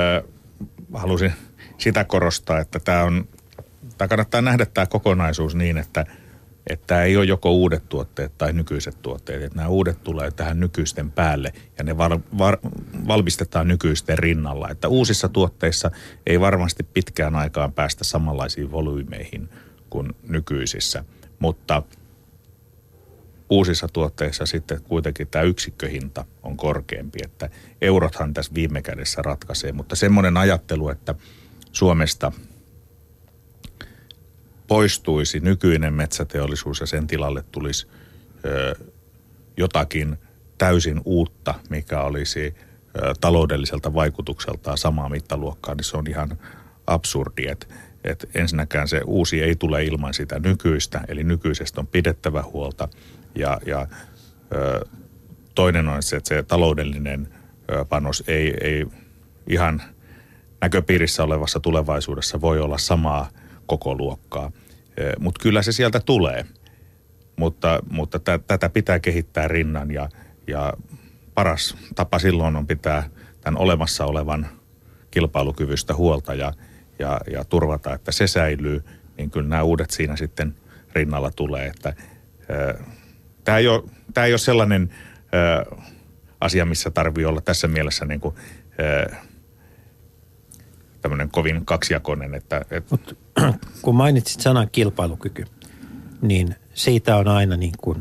halusin sitä korostaa, että tämä kannattaa nähdä tämä kokonaisuus niin, että ei ole joko uudet tuotteet tai nykyiset tuotteet. Että nämä uudet tulee tähän nykyisten päälle ja ne valmistetaan nykyisten rinnalla. Että uusissa tuotteissa ei varmasti pitkään aikaan päästä samanlaisiin volyymeihin kuin nykyisissä, mutta uusissa tuotteissa sitten kuitenkin tämä yksikköhinta on korkeampi, että eurothan tässä viime kädessä ratkaisee, mutta semmoinen ajattelu, että Suomesta poistuisi nykyinen metsäteollisuus ja sen tilalle tulisi jotakin täysin uutta, mikä olisi taloudelliselta vaikutukseltaan samaa mittaluokkaa, niin se on ihan absurdi, että ensinnäkään se uusi ei tule ilman sitä nykyistä, eli nykyisestä on pidettävä huolta. Ja toinen on se, että se taloudellinen panos ei ihan näköpiirissä olevassa tulevaisuudessa voi olla samaa kokoluokkaa. Mutta kyllä se sieltä tulee. Mutta tätä pitää kehittää rinnan ja paras tapa silloin on pitää tämän olemassa olevan kilpailukyvystä huolta ja turvata, että se säilyy, niin kyllä nämä uudet siinä sitten rinnalla tulee. Että tämä ei ole sellainen asia, missä tarvii olla tässä mielessä niin kuin tämmöinen kovin kaksijakoinen. Mut, kun mainitsit sanan kilpailukyky, niin siitä on aina niin kuin,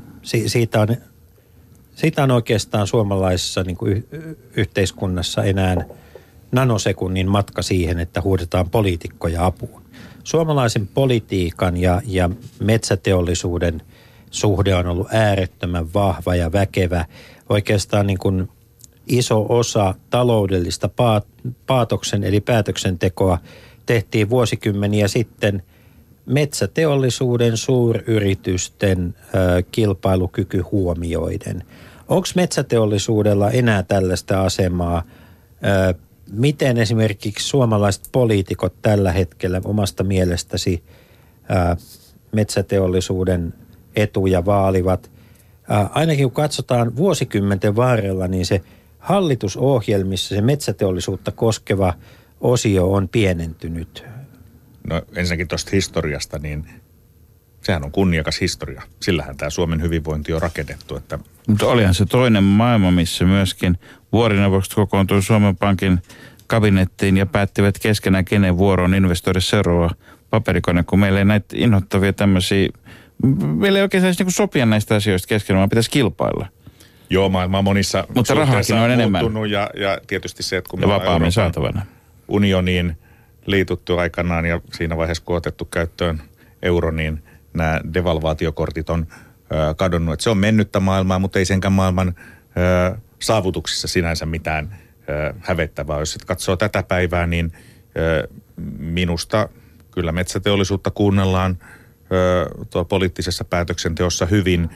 siitä on oikeastaan suomalaisessa niin kuin yhteiskunnassa enää nanosekunnin matka siihen, että huudetaan poliitikkoja apuun. Suomalaisen politiikan ja metsäteollisuuden suhde on ollut äärettömän vahva ja väkevä. Oikeastaan niin kuin iso osa taloudellista paatoksen eli päätöksentekoa tehtiin vuosikymmeniä sitten metsäteollisuuden suuryritysten kilpailukyky huomioiden. Onko metsäteollisuudella enää tällaista asemaa? Miten esimerkiksi suomalaiset poliitikot tällä hetkellä omasta mielestäsi metsäteollisuuden etuja vaalivat? Ainakin kun katsotaan vuosikymmenten varrella, niin se hallitusohjelmissa se metsäteollisuutta koskeva osio on pienentynyt. No ensinnäkin tuosta historiasta, niin sehän on kunniakas historia. Sillähän tämä Suomen hyvinvointi on rakennettu. Mutta olihan se toinen maailma, missä myöskin vuorineuvokset kokoontui Suomen Pankin kabinettiin ja päättivät keskenään, kenen vuoro on investoida seuraava paperikone, kun meillä ei näitä inhottavia tämmöisiä, meillä ei oikein saisi niinku sopia näistä asioista keskenään, vaan pitäisi kilpailla. Joo, maailma monissa mutta rahakin on enemmän. Ja tietysti se, että kun me vapaammin saatavana unioniin liituttu aikanaan ja siinä vaiheessa, kun otettu käyttöön euro, niin nämä devalvaatiokortit on kadonnut. Että se on mennyttä maailmaa, mutta ei senkään maailman saavutuksissa sinänsä mitään hävettävää. Jos sitten katsoo tätä päivää, niin minusta kyllä metsäteollisuutta kuunnellaan tuolla poliittisessa päätöksenteossa hyvin.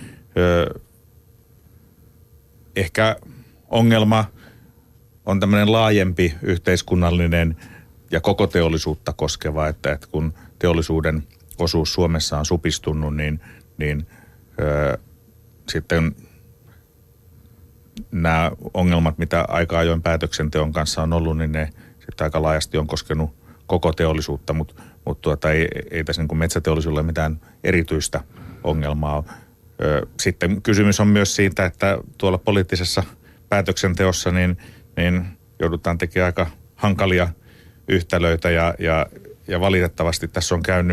Ehkä ongelma on tämmöinen laajempi yhteiskunnallinen ja koko teollisuutta koskeva, että kun teollisuuden osuus Suomessa on supistunut, niin sitten nämä ongelmat, mitä aika ajoin päätöksenteon kanssa on ollut, niin ne sitten aika laajasti on koskenut koko teollisuutta, mutta ei tässä niin kuin metsäteollisuudelle mitään erityistä ongelmaa ole. Sitten kysymys on myös siitä, että tuolla poliittisessa päätöksenteossa niin joudutaan tekemään aika hankalia yhtälöitä ja valitettavasti tässä on käynyt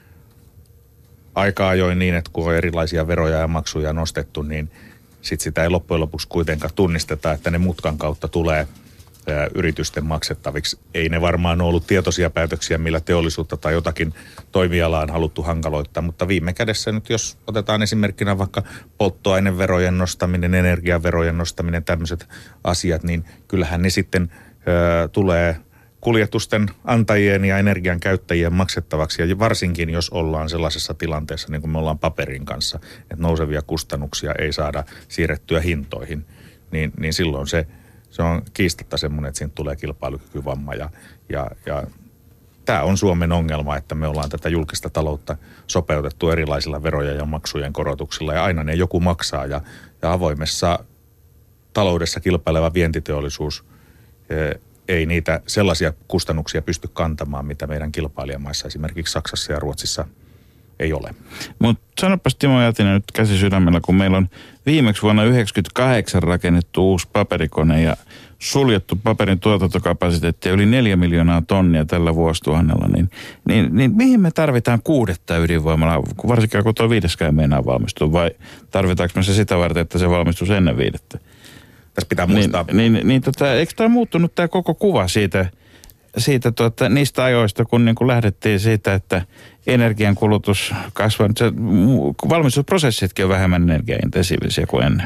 aika ajoin niin, että kun on erilaisia veroja ja maksuja nostettu, niin sitten sitä ei loppujen lopuksi kuitenkaan tunnisteta, että ne mutkan kautta tulee yritysten maksettaviksi. Ei ne varmaan ollut tietoisia päätöksiä, millä teollisuutta tai jotakin toimialaa on haluttu hankaloittaa, mutta viime kädessä nyt jos otetaan esimerkkinä vaikka polttoaineverojen nostaminen, energiaverojen nostaminen, tämmöiset asiat, niin kyllähän ne sitten tulee kuljetusten antajien ja energian käyttäjien maksettavaksi, ja varsinkin jos ollaan sellaisessa tilanteessa, niin kuin me ollaan paperin kanssa, että nousevia kustannuksia ei saada siirrettyä hintoihin, niin silloin se on kiistatta semmoinen, että siitä tulee kilpailukykyvamma, ja tämä on Suomen ongelma, että me ollaan tätä julkista taloutta sopeutettu erilaisilla veroja ja maksujen korotuksilla, ja aina ne joku maksaa, ja avoimessa taloudessa kilpaileva vientiteollisuus ei niitä sellaisia kustannuksia pysty kantamaan, mitä meidän kilpailijamaissa esimerkiksi Saksassa ja Ruotsissa ei ole. Mutta sanopas Timo Jäätinen nyt käsi sydämellä, kun meillä on viimeksi vuonna 1998 rakennettu uusi paperikone ja suljettu paperin tuotantokapasiteettia yli 4 miljoonaa tonnia tällä vuosituhannella, niin mihin me tarvitaan 6. ydinvoimalla, varsinkin kun tuo 5. meinaa valmistua, vai tarvitaanko me se sitä varten, että se valmistuisi ennen 5? Tässä pitää muistaa. Eikö tämä muuttunut tämä koko kuva siitä niistä ajoista, kun niin kuin lähdettiin siitä, että energiankulutus kasvaa. Valmistusprosessitkin on vähemmän energiaintensiivisiä kuin ennen.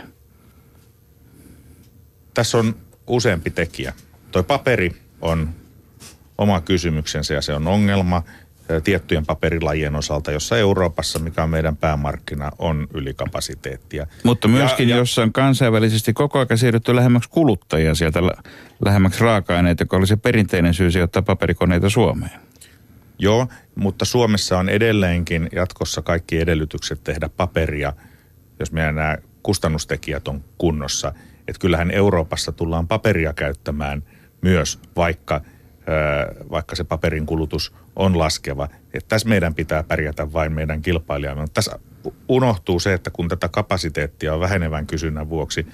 Tässä on useampi tekijä. Toi paperi on oma kysymyksensä ja se on ongelma. tiettyjen paperilajien osalta, jossa Euroopassa, mikä on meidän päämarkkina, on ylikapasiteettia. Mutta myöskin, jossa on kansainvälisesti koko ajan siirrytty lähemmäksi kuluttajia sieltä lähemmäksi raaka-aineita, joka oli se perinteinen syy sijoittaa paperikoneita Suomeen. Joo, mutta Suomessa on edelleenkin jatkossa kaikki edellytykset tehdä paperia, jos meidän nämä kustannustekijät on kunnossa. Että kyllähän Euroopassa tullaan paperia käyttämään myös, vaikka se paperin kulutus on laskeva. Että tässä meidän pitää pärjätä vain meidän kilpailijamme. Mutta tässä unohtuu se, että kun tätä kapasiteettia on vähenevän kysynnän vuoksi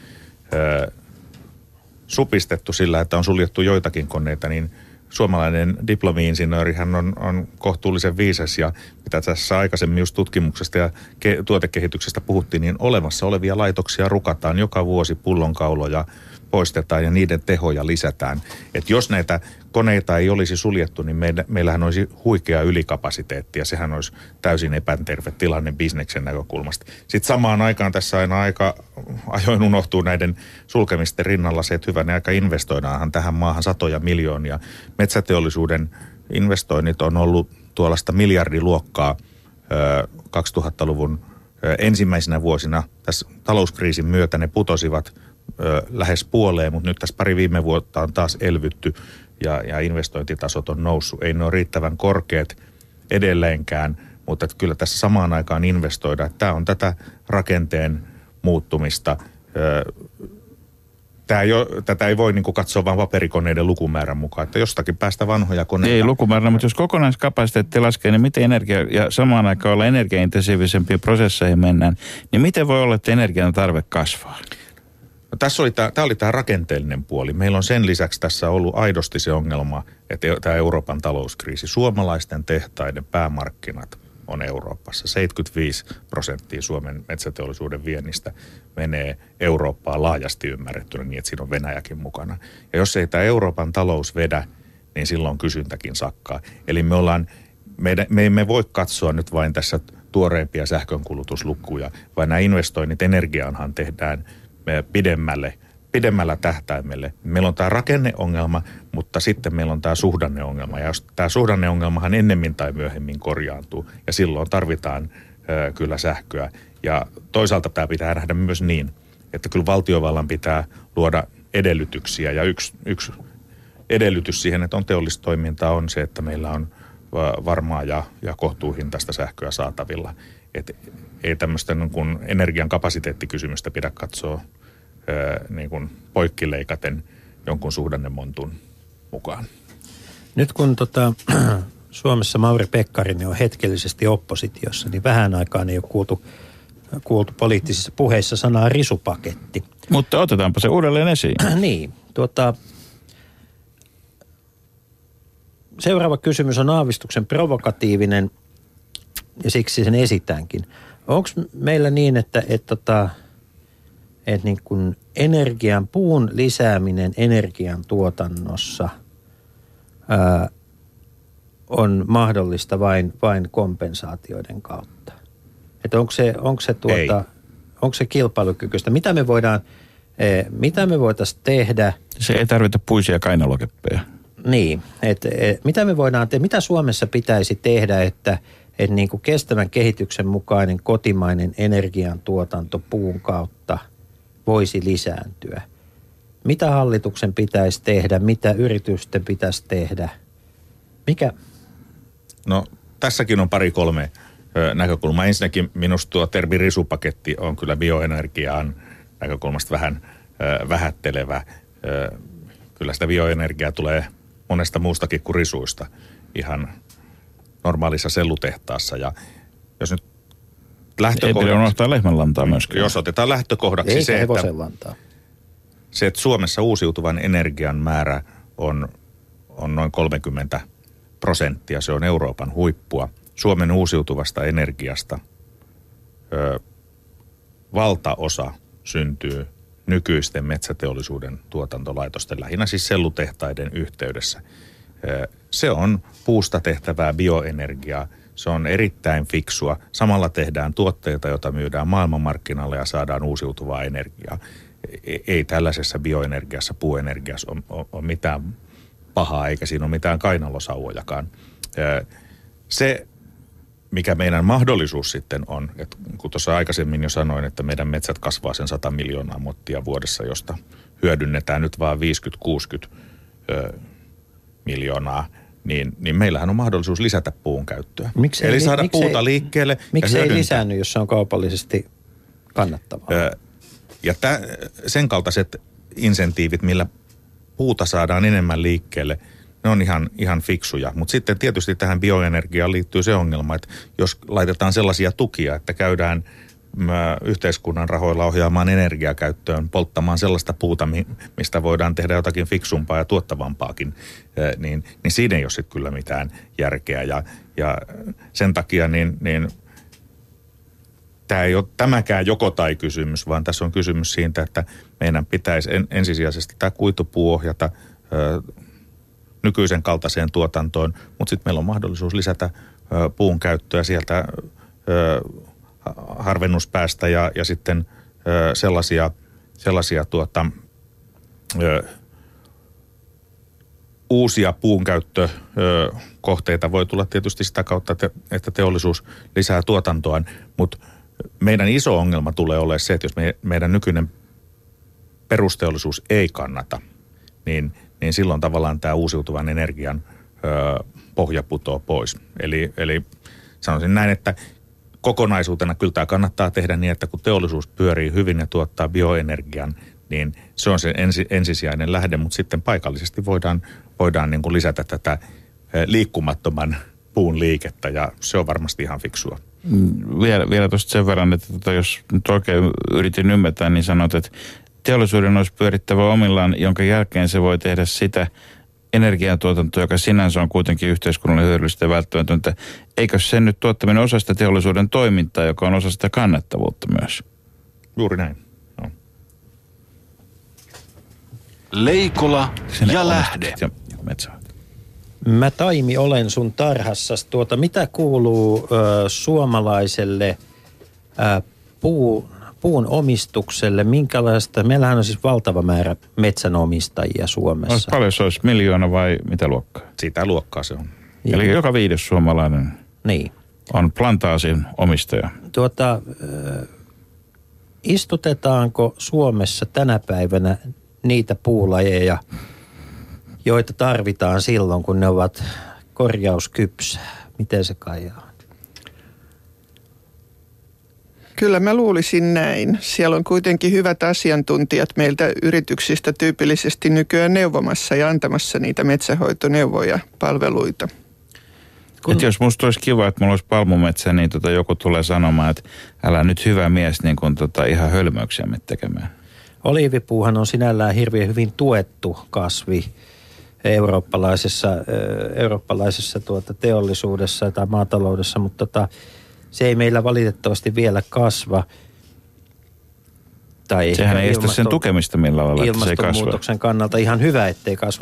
supistettu sillä, että on suljettu joitakin koneita, niin suomalainen diplomi-insinöörihän on kohtuullisen viisas ja mitä tässä aikaisemmin just tutkimuksesta ja tuotekehityksestä puhuttiin, niin olemassa olevia laitoksia rukataan joka vuosi, pullonkauloja poistetaan ja niiden tehoja lisätään. Että jos näitä koneita ei olisi suljettu, niin meillähän olisi huikea ylikapasiteetti ja sehän olisi täysin epäterve tilanne bisneksen näkökulmasta. Sitten samaan aikaan tässä aina aika ajoin unohtuu näiden sulkemisten rinnalla se, että hyvänä aika investoidaanhan tähän maahan satoja miljoonia. Metsäteollisuuden investoinnit on ollut tuollaista miljardiluokkaa 2000-luvun ensimmäisenä vuosina. Tässä talouskriisin myötä ne putosivat lähes puoleen, mutta nyt tässä pari viime vuotta on taas elvytty ja investointitasot on noussut. Ei ne ole riittävän korkeat edelleenkään, mutta kyllä tässä samaan aikaan investoida. Tämä on tätä rakenteen muuttumista. Tätä ei voi katsoa vain paperikoneiden lukumäärän mukaan, että jostakin päästä vanhoja koneita. Ei lukumäärä, mutta jos kokonaiskapasiteetti laskee, niin miten energia, ja samaan aikaan olla energiaintensiivisempiä prosesseihin mennään, niin miten voi olla, että energian tarve kasvaa? No, tämä oli tämä rakenteellinen puoli. Meillä on sen lisäksi tässä ollut aidosti se ongelma, että tämä Euroopan talouskriisi, suomalaisten tehtaiden päämarkkinat on Euroopassa. 75% Suomen metsäteollisuuden viennistä menee Eurooppaan laajasti ymmärrettynä niin, että siinä on Venäjäkin mukana. Ja jos ei tämä Euroopan talous vedä, niin silloin kysyntäkin sakkaa. Eli me emme voi katsoa nyt vain tässä tuoreimpia sähkönkulutuslukuja, vaan nämä investoinnit energiaanhan tehdään pidemmällä tähtäimelle. Meillä on tämä rakenneongelma, mutta sitten meillä on tämä suhdanneongelma. Ja tämä suhdanneongelmahan ennemmin tai myöhemmin korjaantuu, ja silloin tarvitaan kyllä sähköä. Ja toisaalta tämä pitää nähdä myös niin, että kyllä valtiovallan pitää luoda edellytyksiä. Ja yksi edellytys siihen, että on teollista toimintaa, on se, että meillä on varmaa ja kohtuuhintaista sähköä saatavilla. Et ei tämmöistä niin energian kapasiteettikysymystä pidä katsoa niin kuin poikkileikaten jonkun suhdannemontun mukaan. Nyt kun Suomessa Mauri Pekkarinen on hetkellisesti oppositiossa, niin vähän aikaan ei ole kuultu poliittisissa puheissa sanaa risupaketti. Mutta otetaanpa se uudelleen esiin. Niin, seuraava kysymys on aavistuksen provokatiivinen ja siksi sen esitänkin. Onko meillä niin, että niin kuin puun lisääminen energian tuotannossa on mahdollista vain kompensaatioiden kautta? Että onko se kilpailukykyistä? Mitä me voitaisiin tehdä? Se ei tarvita puisia kainalokeppejä. Niin, mitä me voidaan tehdä? Mitä Suomessa pitäisi tehdä, että niin kuin kestävän kehityksen mukainen kotimainen energiantuotanto puun kautta voisi lisääntyä? Mitä hallituksen pitäisi tehdä? Mitä yritysten pitäisi tehdä? Mikä? No tässäkin on 2-3 näkökulmaa. Ensinnäkin minusta tuo termi risupaketti on kyllä bioenergiaan näkökulmasta vähän vähättelevä. Kyllä sitä bioenergiaa tulee monesta muustakin kuin risuista ihan normaalissa sellutehtaassa. Ja jos nyt ei pidä unohtaa lehmänlantaa myöskin. Jos otetaan lähtökohdaksi se, että Suomessa uusiutuvan energian määrä on noin 30%. Se on Euroopan huippua. Suomen uusiutuvasta energiasta valtaosa syntyy nykyisten metsäteollisuuden tuotantolaitosten, lähinnä siis sellutehtaiden yhteydessä. Se on puusta tehtävää bioenergiaa. Se on erittäin fiksua. Samalla tehdään tuotteita, joita myydään maailmanmarkkinalle ja saadaan uusiutuvaa energiaa. Ei tällaisessa bioenergiassa, puuenergiassa ole mitään pahaa, eikä siinä ole mitään kainalosauvojakaan. Se, mikä meidän mahdollisuus sitten on, että kun tuossa aikaisemmin jo sanoin, että meidän metsät kasvaa sen 100 miljoonaa mottia vuodessa, josta hyödynnetään nyt vaan 50-60 miljoonaa, niin meillähän on mahdollisuus lisätä puun käyttöä. Eli saada puuta liikkeelle. Miksi ei lisäänny, jos se on kaupallisesti kannattavaa? Ja sen kaltaiset insentiivit, millä puuta saadaan enemmän liikkeelle, ne on ihan fiksuja. Mutta sitten tietysti tähän bioenergiaan liittyy se ongelma, että jos laitetaan sellaisia tukia, että käydään yhteiskunnan rahoilla ohjaamaan energiakäyttöön, polttamaan sellaista puuta, mistä voidaan tehdä jotakin fiksumpaa ja tuottavampaakin, niin siinä ei ole sitten kyllä mitään järkeä. Ja sen takia niin tämä ei ole tämäkään joko tai kysymys, vaan tässä on kysymys siitä, että meidän pitäisi ensisijaisesti tämä kuitupuu ohjata nykyisen kaltaiseen tuotantoon, mutta sitten meillä on mahdollisuus lisätä puun käyttöä sieltä harvennuspäästä ja sitten sellaisia uusia puunkäyttökohteita voi tulla tietysti sitä kautta, että teollisuus lisää tuotantoaan, mutta meidän iso ongelma tulee olemaan se, että jos meidän nykyinen perusteollisuus ei kannata, niin silloin tavallaan tämä uusiutuvan energian pohja putoo pois. Eli sanoisin näin, että kokonaisuutena kyllä tämä kannattaa tehdä niin, että kun teollisuus pyörii hyvin ja tuottaa bioenergian, niin se on se ensisijainen lähde, mutta sitten paikallisesti voidaan niin kuin lisätä tätä liikkumattoman puun liikettä ja se on varmasti ihan fiksua. Vielä tuosta sen verran, että jos nyt oikein yritin ymmärtää, niin sanot, että teollisuuden olisi pyörittävä omillaan, jonka jälkeen se voi tehdä sitä energiantuotantoa, joka sinänsä on kuitenkin yhteiskunnalle hyödyllistä ja välttämätöntä. Eikö sen nyt tuottaminen osa sitä teollisuuden toimintaa, joka on osa sitä kannattavuutta myös? Juuri näin. No. Leikola ja Lähde. Mä Taimi olen sun tarhassa. Mitä kuuluu suomalaiselle puun omistukselle? Minkälaista? Meillähän on siis valtava määrä metsänomistajia Suomessa. Paljon se olisi, 1 miljoona vai mitä luokkaa? Sitä luokkaa se on. Eli joka 5. suomalainen niin on plantaasin omistaja. Istutetaanko Suomessa tänä päivänä niitä puulajeja, joita tarvitaan silloin, kun ne ovat korjauskypsää? Miten se kajaa? Kyllä mä luulisin näin. Siellä on kuitenkin hyvät asiantuntijat meiltä yrityksistä tyypillisesti nykyään neuvomassa ja antamassa niitä metsähoitoneuvoja, palveluita. Että jos musta olisi kiva, että mulla olisi palmumetsä, niin joku tulee sanomaan, että älä nyt hyvä mies niin kun ihan hölmöyksiä me tekemään. Oliivipuuhan on sinällään hirveän hyvin tuettu kasvi eurooppalaisessa teollisuudessa tai maataloudessa, mutta se ei meillä valitettavasti vielä kasva. Tai sehän ei estä sen tukemista millä lailla, että se ei kasva. Ilmastonmuutoksen kannalta ihan hyvä, ettei kasva,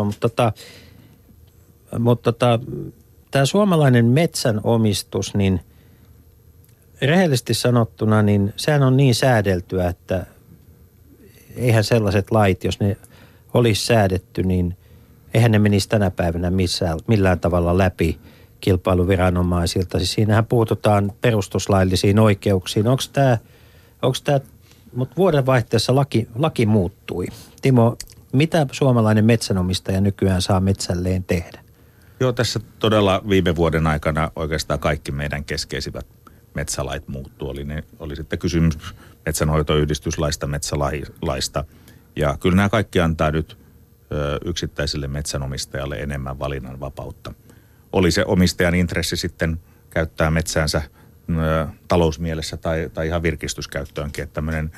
mutta tämä suomalainen metsänomistus, niin rehellisesti sanottuna, niin sehän on niin säädeltyä, että eihän sellaiset lait, jos ne olisi säädetty, niin eihän ne menisi tänä päivänä millään tavalla läpi kilpailuviranomaisilta. Siis siinähän puututaan perustuslaillisiin oikeuksiin. Onko tämä, mutta vuodenvaihteessa laki muuttui. Timo, mitä suomalainen metsänomistaja nykyään saa metsälleen tehdä? Joo, tässä todella viime vuoden aikana oikeastaan kaikki meidän keskeisivät metsälait muuttuu. Oli sitten kysymys metsänhoitoyhdistyslaista, metsälaista. Ja kyllä nämä kaikki antaa nyt yksittäiselle metsänomistajalle enemmän valinnanvapautta. Oli se omistajan intressi sitten käyttää metsäänsä talousmielessä tai ihan virkistyskäyttöönkin, että tämmöinen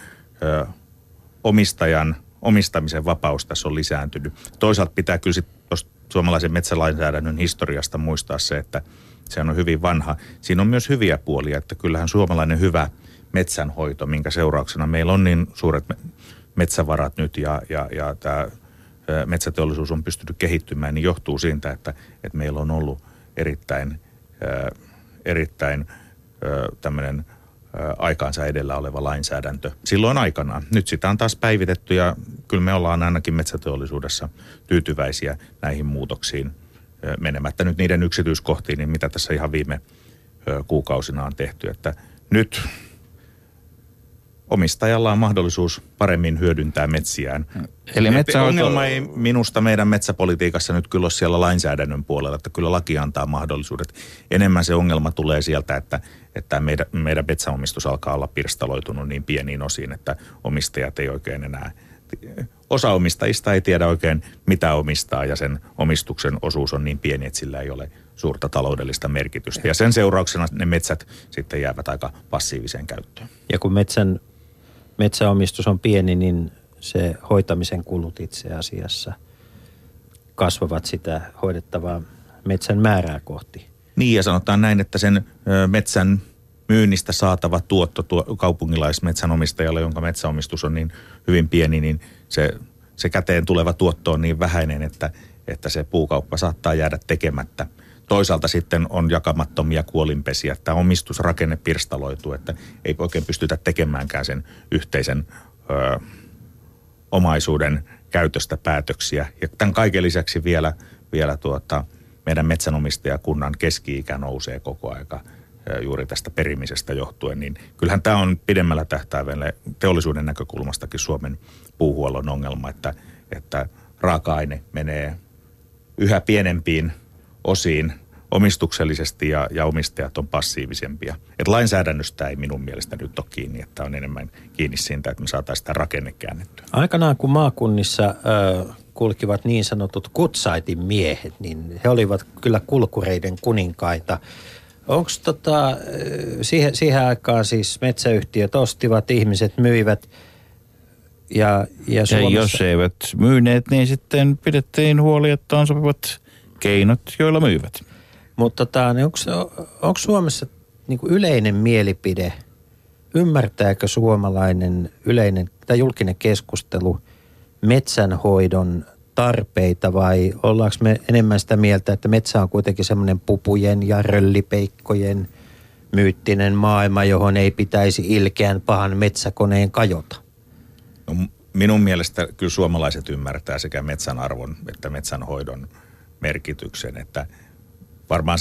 omistamisen vapaus tässä on lisääntynyt. Toisaalta pitää kyllä sitten suomalaisen metsälainsäädännön historiasta muistaa se, että se on hyvin vanha. Siinä on myös hyviä puolia, että kyllähän suomalainen hyvä metsänhoito, minkä seurauksena meillä on niin suuret metsävarat nyt ja tämä metsäteollisuus on pystynyt kehittymään, niin johtuu siitä, että meillä on ollut erittäin tämmöinen aikaansa edellä oleva lainsäädäntö silloin aikanaan. Nyt sitä on taas päivitetty ja kyllä me ollaan ainakin metsäteollisuudessa tyytyväisiä näihin muutoksiin. menemättä nyt niiden yksityiskohtiin, niin mitä tässä ihan viime kuukausina on tehty, että nyt omistajalla on mahdollisuus paremmin hyödyntää metsiään. Eli ongelma ei minusta meidän metsäpolitiikassa nyt kyllä ole siellä lainsäädännön puolella, että kyllä laki antaa mahdollisuudet. Enemmän se ongelma tulee sieltä, että meidän metsäomistus alkaa olla pirstaloitunut niin pieniin osiin, että omistajat ei oikein enää, osa omistajista ei tiedä oikein mitä omistaa ja sen omistuksen osuus on niin pieni, että sillä ei ole suurta taloudellista merkitystä. Ja sen seurauksena ne metsät sitten jäävät aika passiiviseen käyttöön. Ja kun metsäomistus on pieni, niin se hoitamisen kulut itse asiassa kasvavat sitä hoidettavaa metsän määrää kohti. Niin, ja sanotaan näin, että sen metsän myynnistä saatava tuotto kaupunkilaismetsänomistajalle, jonka metsäomistus on niin hyvin pieni, niin se käteen tuleva tuotto on niin vähäinen, että se puukauppa saattaa jäädä tekemättä. Toisaalta sitten on jakamattomia kuolinpesiä, että omistusrakenne pirstaloituu, että ei oikein pystytä tekemäänkään sen yhteisen omaisuuden käytöstä päätöksiä. Ja tämän kaiken lisäksi vielä meidän metsänomistajakunnan keski-ikä nousee koko aika juuri tästä perimisestä johtuen. Niin kyllähän tämä on pidemmällä tähtäimellä teollisuuden näkökulmastakin Suomen puuhuollon ongelma, että raaka-aine menee yhä pienempiin osiin omistuksellisesti ja omistajat on passiivisempia. Et lainsäädännöstä ei minun mielestä nyt ole kiinni, että on enemmän kiinni siitä, että me saataisiin sitä rakenne käännettyä. Aikanaan kun maakunnissa kulkivat niin sanotut kutsaitin miehet, niin he olivat kyllä kulkureiden kuninkaita. Onko siihen aikaan siis metsäyhtiöt ostivat, ihmiset myivät ja Suomessa... Ja jos eivät myyneet, niin sitten pidettiin huoli, että on sopivat keinot, joilla myyvät. Mutta onko Suomessa niin kuin yleinen mielipide, ymmärtääkö suomalainen yleinen tai julkinen keskustelu metsänhoidon tarpeita vai ollaanko me enemmän sitä mieltä, että metsä on kuitenkin semmoinen pupujen ja röllipeikkojen myyttinen maailma, johon ei pitäisi ilkeän pahan metsäkoneen kajota? No, minun mielestä kyllä suomalaiset ymmärtää sekä metsän arvon että metsänhoidon merkityksen, että varmaan se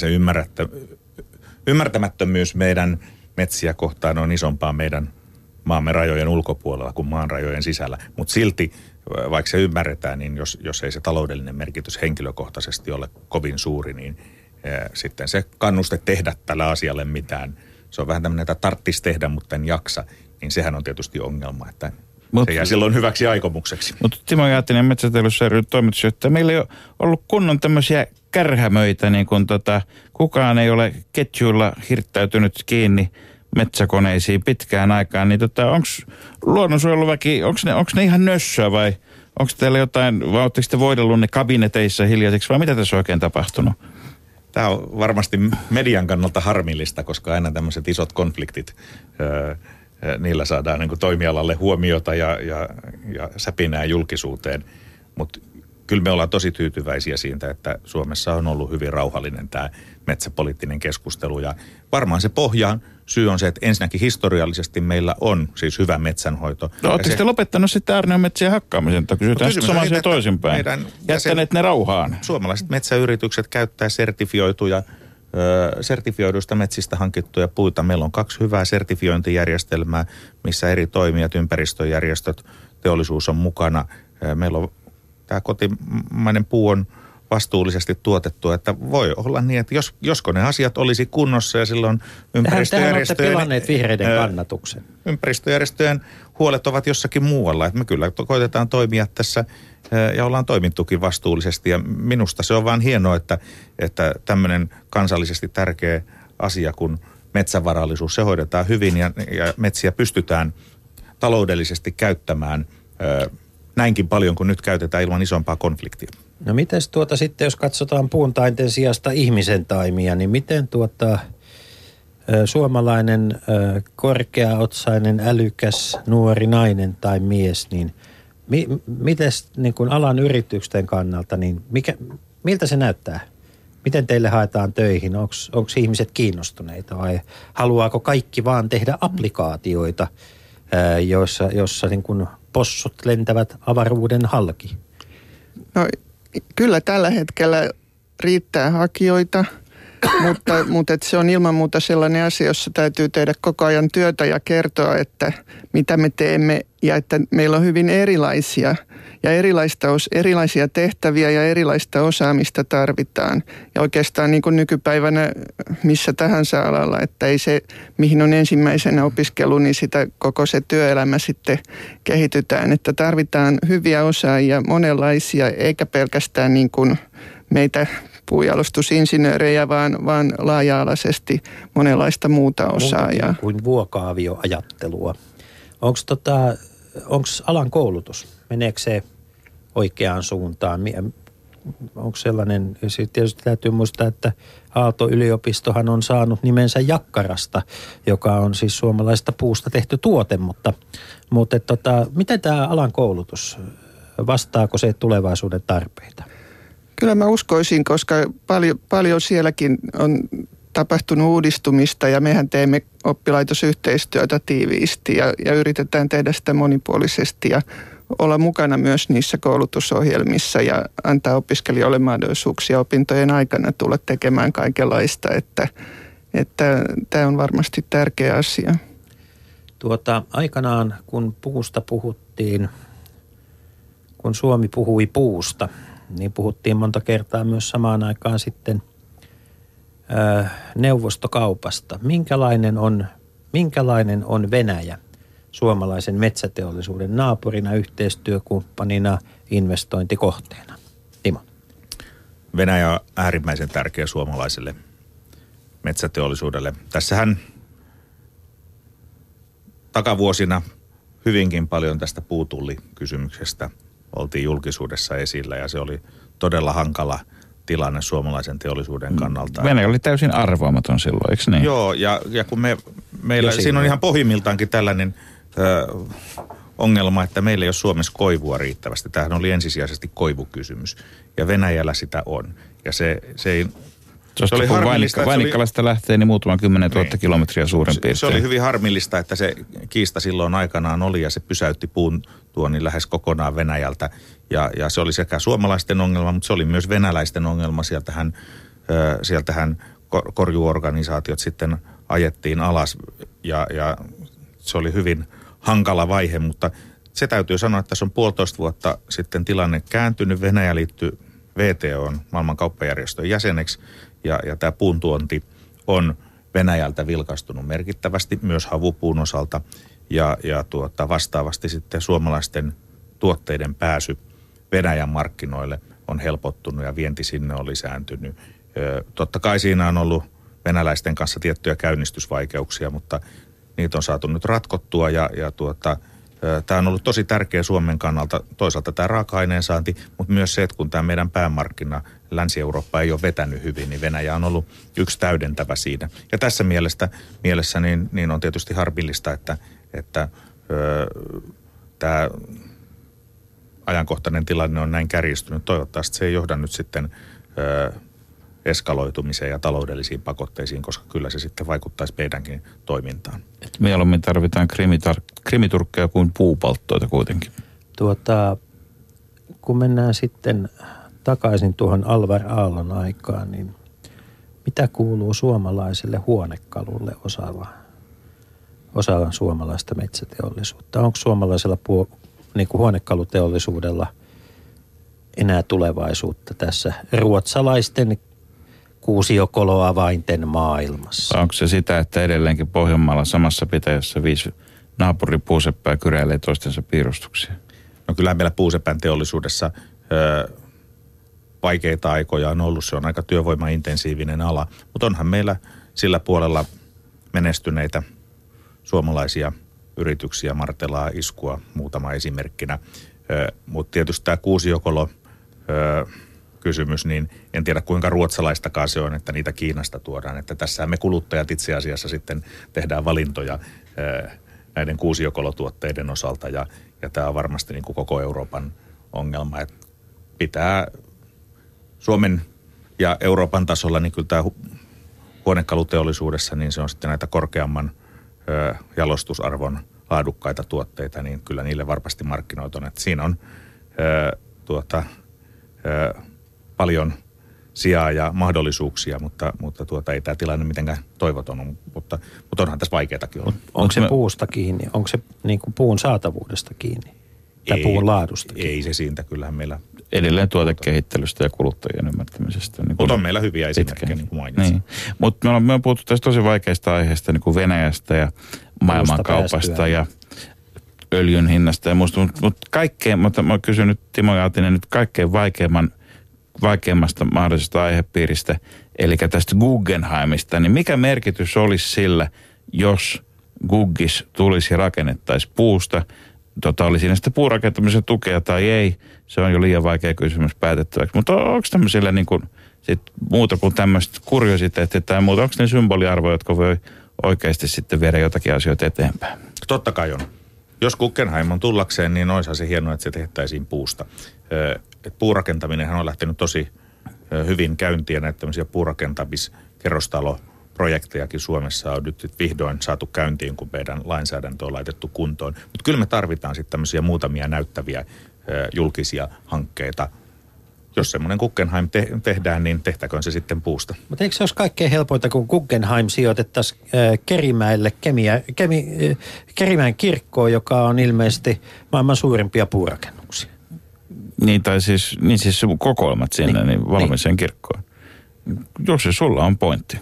ymmärtämättömyys meidän metsiä kohtaan on isompaa meidän maamme rajojen ulkopuolella kuin maan rajojen sisällä. Mutta silti, vaikka se ymmärretään, niin jos ei se taloudellinen merkitys henkilökohtaisesti ole kovin suuri, niin sitten se kannuste tehdä tällä asialle mitään. Se on vähän tämmöinen, että tarttisi tehdä, mutta en jaksa, niin sehän on tietysti ongelma, että se jää silloin hyväksi aikomukseksi. Mutta Timo Jaatinen, Metsäteollisuus ry toimitusjohtaja, meillä ei ole ollut kunnon tämmöisiä kärhämöitä, niin kun kukaan ei ole ketjuilla hirttäytynyt kiinni metsäkoneisiin pitkään aikaan, niin onko luonnonsuojeluväki, onko ne ihan nössöä vai onko teillä jotain, vai oletteko te voidellut ne kabineteissa hiljaiseksi vai mitä tässä on oikein tapahtunut? Tämä on varmasti median kannalta harmillista, koska aina tämmöiset isot konfliktit, niillä saadaan niin kuin toimialalle huomiota ja säpinää julkisuuteen, mutta kyllä me ollaan tosi tyytyväisiä siitä, että Suomessa on ollut hyvin rauhallinen tämä metsäpoliittinen keskustelu ja varmaan se pohjaan syy on se, että ensinnäkin historiallisesti meillä on siis hyvä metsänhoito. No ootteko te lopettanut sitten aarneometsien hakkaamisen, että kysytään sitten samaa asiaa toisinpäin. Jättäneet ne rauhaan. Suomalaiset metsäyritykset käyttää sertifioiduista metsistä hankittuja puita. Meillä on 2 hyvää sertifiointijärjestelmää, missä eri toimijat, ympäristöjärjestöt, teollisuus on mukana. Meillä on tämä kotimainen puu on vastuullisesti tuotettua, että voi olla niin, että josko ne asiat olisi kunnossa ja silloin ympäristöjärjestöjen... pilanneet vihreiden kannatuksen. Ympäristöjärjestöjen huolet ovat jossakin muualla, että me kyllä koitetaan toimia tässä ja ollaan toimittukin vastuullisesti ja minusta se on vaan hienoa, että tämmöinen kansallisesti tärkeä asia kuin metsävarallisuus, se hoidetaan hyvin ja metsiä pystytään taloudellisesti käyttämään näinkin paljon kuin nyt käytetään ilman isompaa konfliktia. No mites sitten, jos katsotaan puuntainten sijasta ihmisen taimia, niin miten suomalainen korkeaotsainen, älykäs, nuori nainen tai mies, niin mites niin kuin alan yritysten kannalta, niin miltä se näyttää? Miten teille haetaan töihin? Onko ihmiset kiinnostuneita vai haluaako kaikki vaan tehdä applikaatioita, jossa niin kuin possut lentävät avaruuden halki? No kyllä tällä hetkellä riittää hakijoita, mutta se on ilman muuta sellainen asia, jossa täytyy tehdä koko ajan työtä ja kertoa, että mitä me teemme ja että meillä on hyvin erilaisia ja erilaisia tehtäviä ja erilaista osaamista tarvitaan. Ja oikeastaan niin kuin nykypäivänä missä tahansa alalla, että ei se, mihin on ensimmäisenä opiskelu, niin sitä koko se työelämä sitten kehitytään. Että tarvitaan hyviä osaajia, monenlaisia, eikä pelkästään niin kuin meitä puunjalostusinsinöörejä, vaan laaja-alaisesti monenlaista muuta osaajaa. Kuin vuokaavioajattelua. Onko alan koulutus, meneekö se oikeaan suuntaan? Onko sellainen, tietysti täytyy muistaa, että Aalto-yliopistohan on saanut nimensä Jakkarasta, joka on siis suomalaista puusta tehty tuote, mutta miten tämä alan koulutus, vastaako se tulevaisuuden tarpeita? Kyllä mä uskoisin, koska paljon sielläkin on tapahtunut uudistumista ja mehän teemme oppilaitosyhteistyötä tiiviisti ja yritetään tehdä sitä monipuolisesti ja olla mukana myös niissä koulutusohjelmissa ja antaa opiskelijoille mahdollisuuksia opintojen aikana tulla tekemään kaikenlaista, että tämä on varmasti tärkeä asia. Aikanaan kun puusta puhuttiin, kun Suomi puhui puusta, niin puhuttiin monta kertaa myös samaan aikaan sitten neuvostokaupasta. Minkälainen on Venäjä suomalaisen metsäteollisuuden naapurina, yhteistyökumppanina, investointikohteena? Timo. Venäjä on äärimmäisen tärkeä suomalaiselle metsäteollisuudelle. Tässähän takavuosina hyvinkin paljon tästä puutullikysymyksestä oltiin julkisuudessa esillä ja se oli todella hankala tilanne suomalaisen teollisuuden kannalta. Venäjä oli täysin arvaamaton silloin, eikö niin? Joo, ja kun meillä siinä on ihan pohjimmiltaankin tällainen ongelma, että meillä ei ole Suomessa koivua riittävästi. Tämähän oli ensisijaisesti koivukysymys ja Venäjällä sitä on. Ja se ei... Se oli harmillista, Vainikkalasta lähtee niin muutaman 10 000 kilometriä suurin piirtein. Se oli hyvin harmillista, että se kiista silloin aikanaan oli ja se pysäytti puun tuonnin lähes kokonaan Venäjältä. Ja se oli sekä suomalaisten ongelma, mutta se oli myös venäläisten ongelma. Sieltähän korjuorganisaatiot sitten ajettiin alas ja se oli hyvin hankala vaihe, mutta se täytyy sanoa, että se on 1,5 vuotta sitten tilanne kääntynyt. Venäjä liittyi WTO:n maailman kauppajärjestön jäseneksi. Ja tämä puun tuonti on Venäjältä vilkastunut merkittävästi myös havupuun osalta ja vastaavasti sitten suomalaisten tuotteiden pääsy Venäjän markkinoille on helpottunut ja vienti sinne on lisääntynyt. Totta kai siinä on ollut venäläisten kanssa tiettyjä käynnistysvaikeuksia, mutta niitä on saatu nyt ratkottua ja tämä on ollut tosi tärkeä Suomen kannalta. Toisaalta tämä raaka-aineen saanti, mutta myös se, että kun tämä meidän päämarkkina Länsi-Eurooppa ei ole vetänyt hyvin, niin Venäjä on ollut yksi täydentävä siinä. Ja tässä mielessä niin on tietysti harmillista, että tämä ajankohtainen tilanne on näin kärjistynyt. Toivottavasti se ei johda nyt sitten eskaloitumiseen ja taloudellisiin pakotteisiin, koska kyllä se sitten vaikuttaisi meidänkin toimintaan. Mieluummin tarvitaan krimiturkkeja kuin puupalttoita kuitenkin. Kun mennään sitten takaisin tuohon Alvar Aallon aikaan, niin mitä kuuluu suomalaiselle huonekalulle osaavan suomalaista metsäteollisuutta? Onko suomalaisella niin kuin huonekaluteollisuudella enää tulevaisuutta tässä ruotsalaisten kuusiokoloavainten maailmassa? Onko se sitä, että edelleenkin Pohjanmaalla samassa pitäjässä 5 naapuripuuseppää kyräilee toistensa piirustuksia? No kyllä meillä puusepän teollisuudessa vaikeita aikoja on ollut. Se on aika työvoimaintensiivinen ala, mutta onhan meillä sillä puolella menestyneitä suomalaisia yrityksiä, Martelaa, Iskua muutama esimerkkinä. Mutta tietysti tämä kuusiokolo kysymys, niin en tiedä kuinka ruotsalaistakaan se on, että niitä Kiinasta tuodaan. Että tässä me kuluttajat itse asiassa sitten tehdään valintoja näiden kuusiokolotuotteiden osalta ja tämä on varmasti niin kuin koko Euroopan ongelma. Että pitää Suomen ja Euroopan tasolla, niin kyllä tämä huonekaluteollisuudessa, niin se on sitten näitä korkeamman jalostusarvon laadukkaita tuotteita, niin kyllä niille varmasti markkinoita on. Että siinä on paljon sijaa ja mahdollisuuksia, mutta ei tämä tilanne mitenkään toivoton on, mutta onhan tässä vaikeatakin olla. Onko se puusta kiinni? Onko se niin kuin puun saatavuudesta kiinni? Tai puun laadusta kiinni? Ei se siitä, kyllähän meillä... Edelleen tuotekehittelystä ja kuluttajien ymmärtämisestä. Niin mutta on meillä hyviä esimerkkejä, niin kuin mainitsin. Niin. Mutta me ollaan puhuttu tästä tosi vaikeista aiheista, niin kuin Venäjästä ja maailmankaupasta ja öljyn hinnasta ja muusta. Mutta mä kysyn nyt Timo Jaatinen nyt kaikkein vaikeimmasta mahdollisesta aihepiiristä, eli tästä Guggenheimista, niin mikä merkitys olisi sillä, jos Guggis tulisi ja rakennettaisiin puusta? Oli siinä sitä puurakentamisen tukea tai ei, se on jo liian vaikea kysymys päätettäväksi. Mutta onko tämmöisillä niin kuin, sit muuta kuin tämmöistä kuriositeettia tai muuta, onko ne symboliarvoja, jotka voi oikeasti sitten viedä jotakin asioita eteenpäin? Totta kai on. Jos Guggenheim on tullakseen, niin olisihan se hienoa, että se tehtäisiin puusta. Puurakentaminenhan on lähtenyt tosi hyvin käyntiin ja näitä tämmöisiä puurakentamiskerrostaloprojektejakin Suomessa on nyt vihdoin saatu käyntiin, kun meidän lainsäädäntö on laitettu kuntoon. Mutta kyllä me tarvitaan sitten tämmöisiä muutamia näyttäviä julkisia hankkeita. Jos semmoinen Guggenheim tehdään, niin tehtäköön se sitten puusta. Mutta eikö se olisi kaikkein helpointa, kun Guggenheim sijoitettaisiin Kerimäelle, Kerimäen kirkkoon, joka on ilmeisesti maailman suurimpia puurakennuksia? Niin, tai siis kokoelmat sinne, niin valmiiseen kirkkoon. Jos sulla on pointti.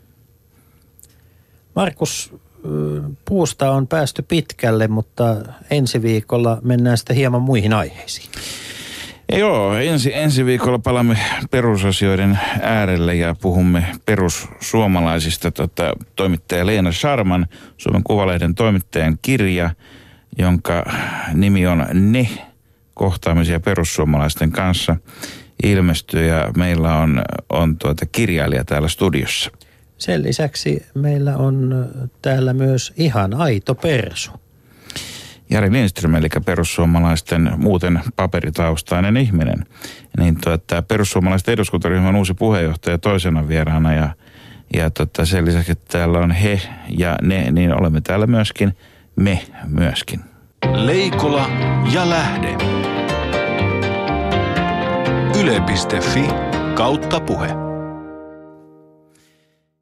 Markus, puusta on päästy pitkälle, mutta ensi viikolla mennään sitten hieman muihin aiheisiin. Joo, ensi viikolla palaamme perusasioiden äärelle ja puhumme perussuomalaisista. Toimittaja Leena Sharman, Suomen Kuvalehden toimittajan kirja, jonka nimi on Ne kohtaamisia perussuomalaisten kanssa, ilmestyy ja meillä on kirjailija täällä studiossa. Sen lisäksi meillä on täällä myös ihan aito persu. Jari Lindström, eli perussuomalaisten muuten paperitaustainen ihminen. Niin perussuomalaisten eduskuntaryhmän uusi puheenjohtaja toisena vieraana ja sen lisäksi, että täällä on he ja ne, niin olemme täällä myöskin me myöskin. Leikola ja Lähde. Yle.fi/puhe.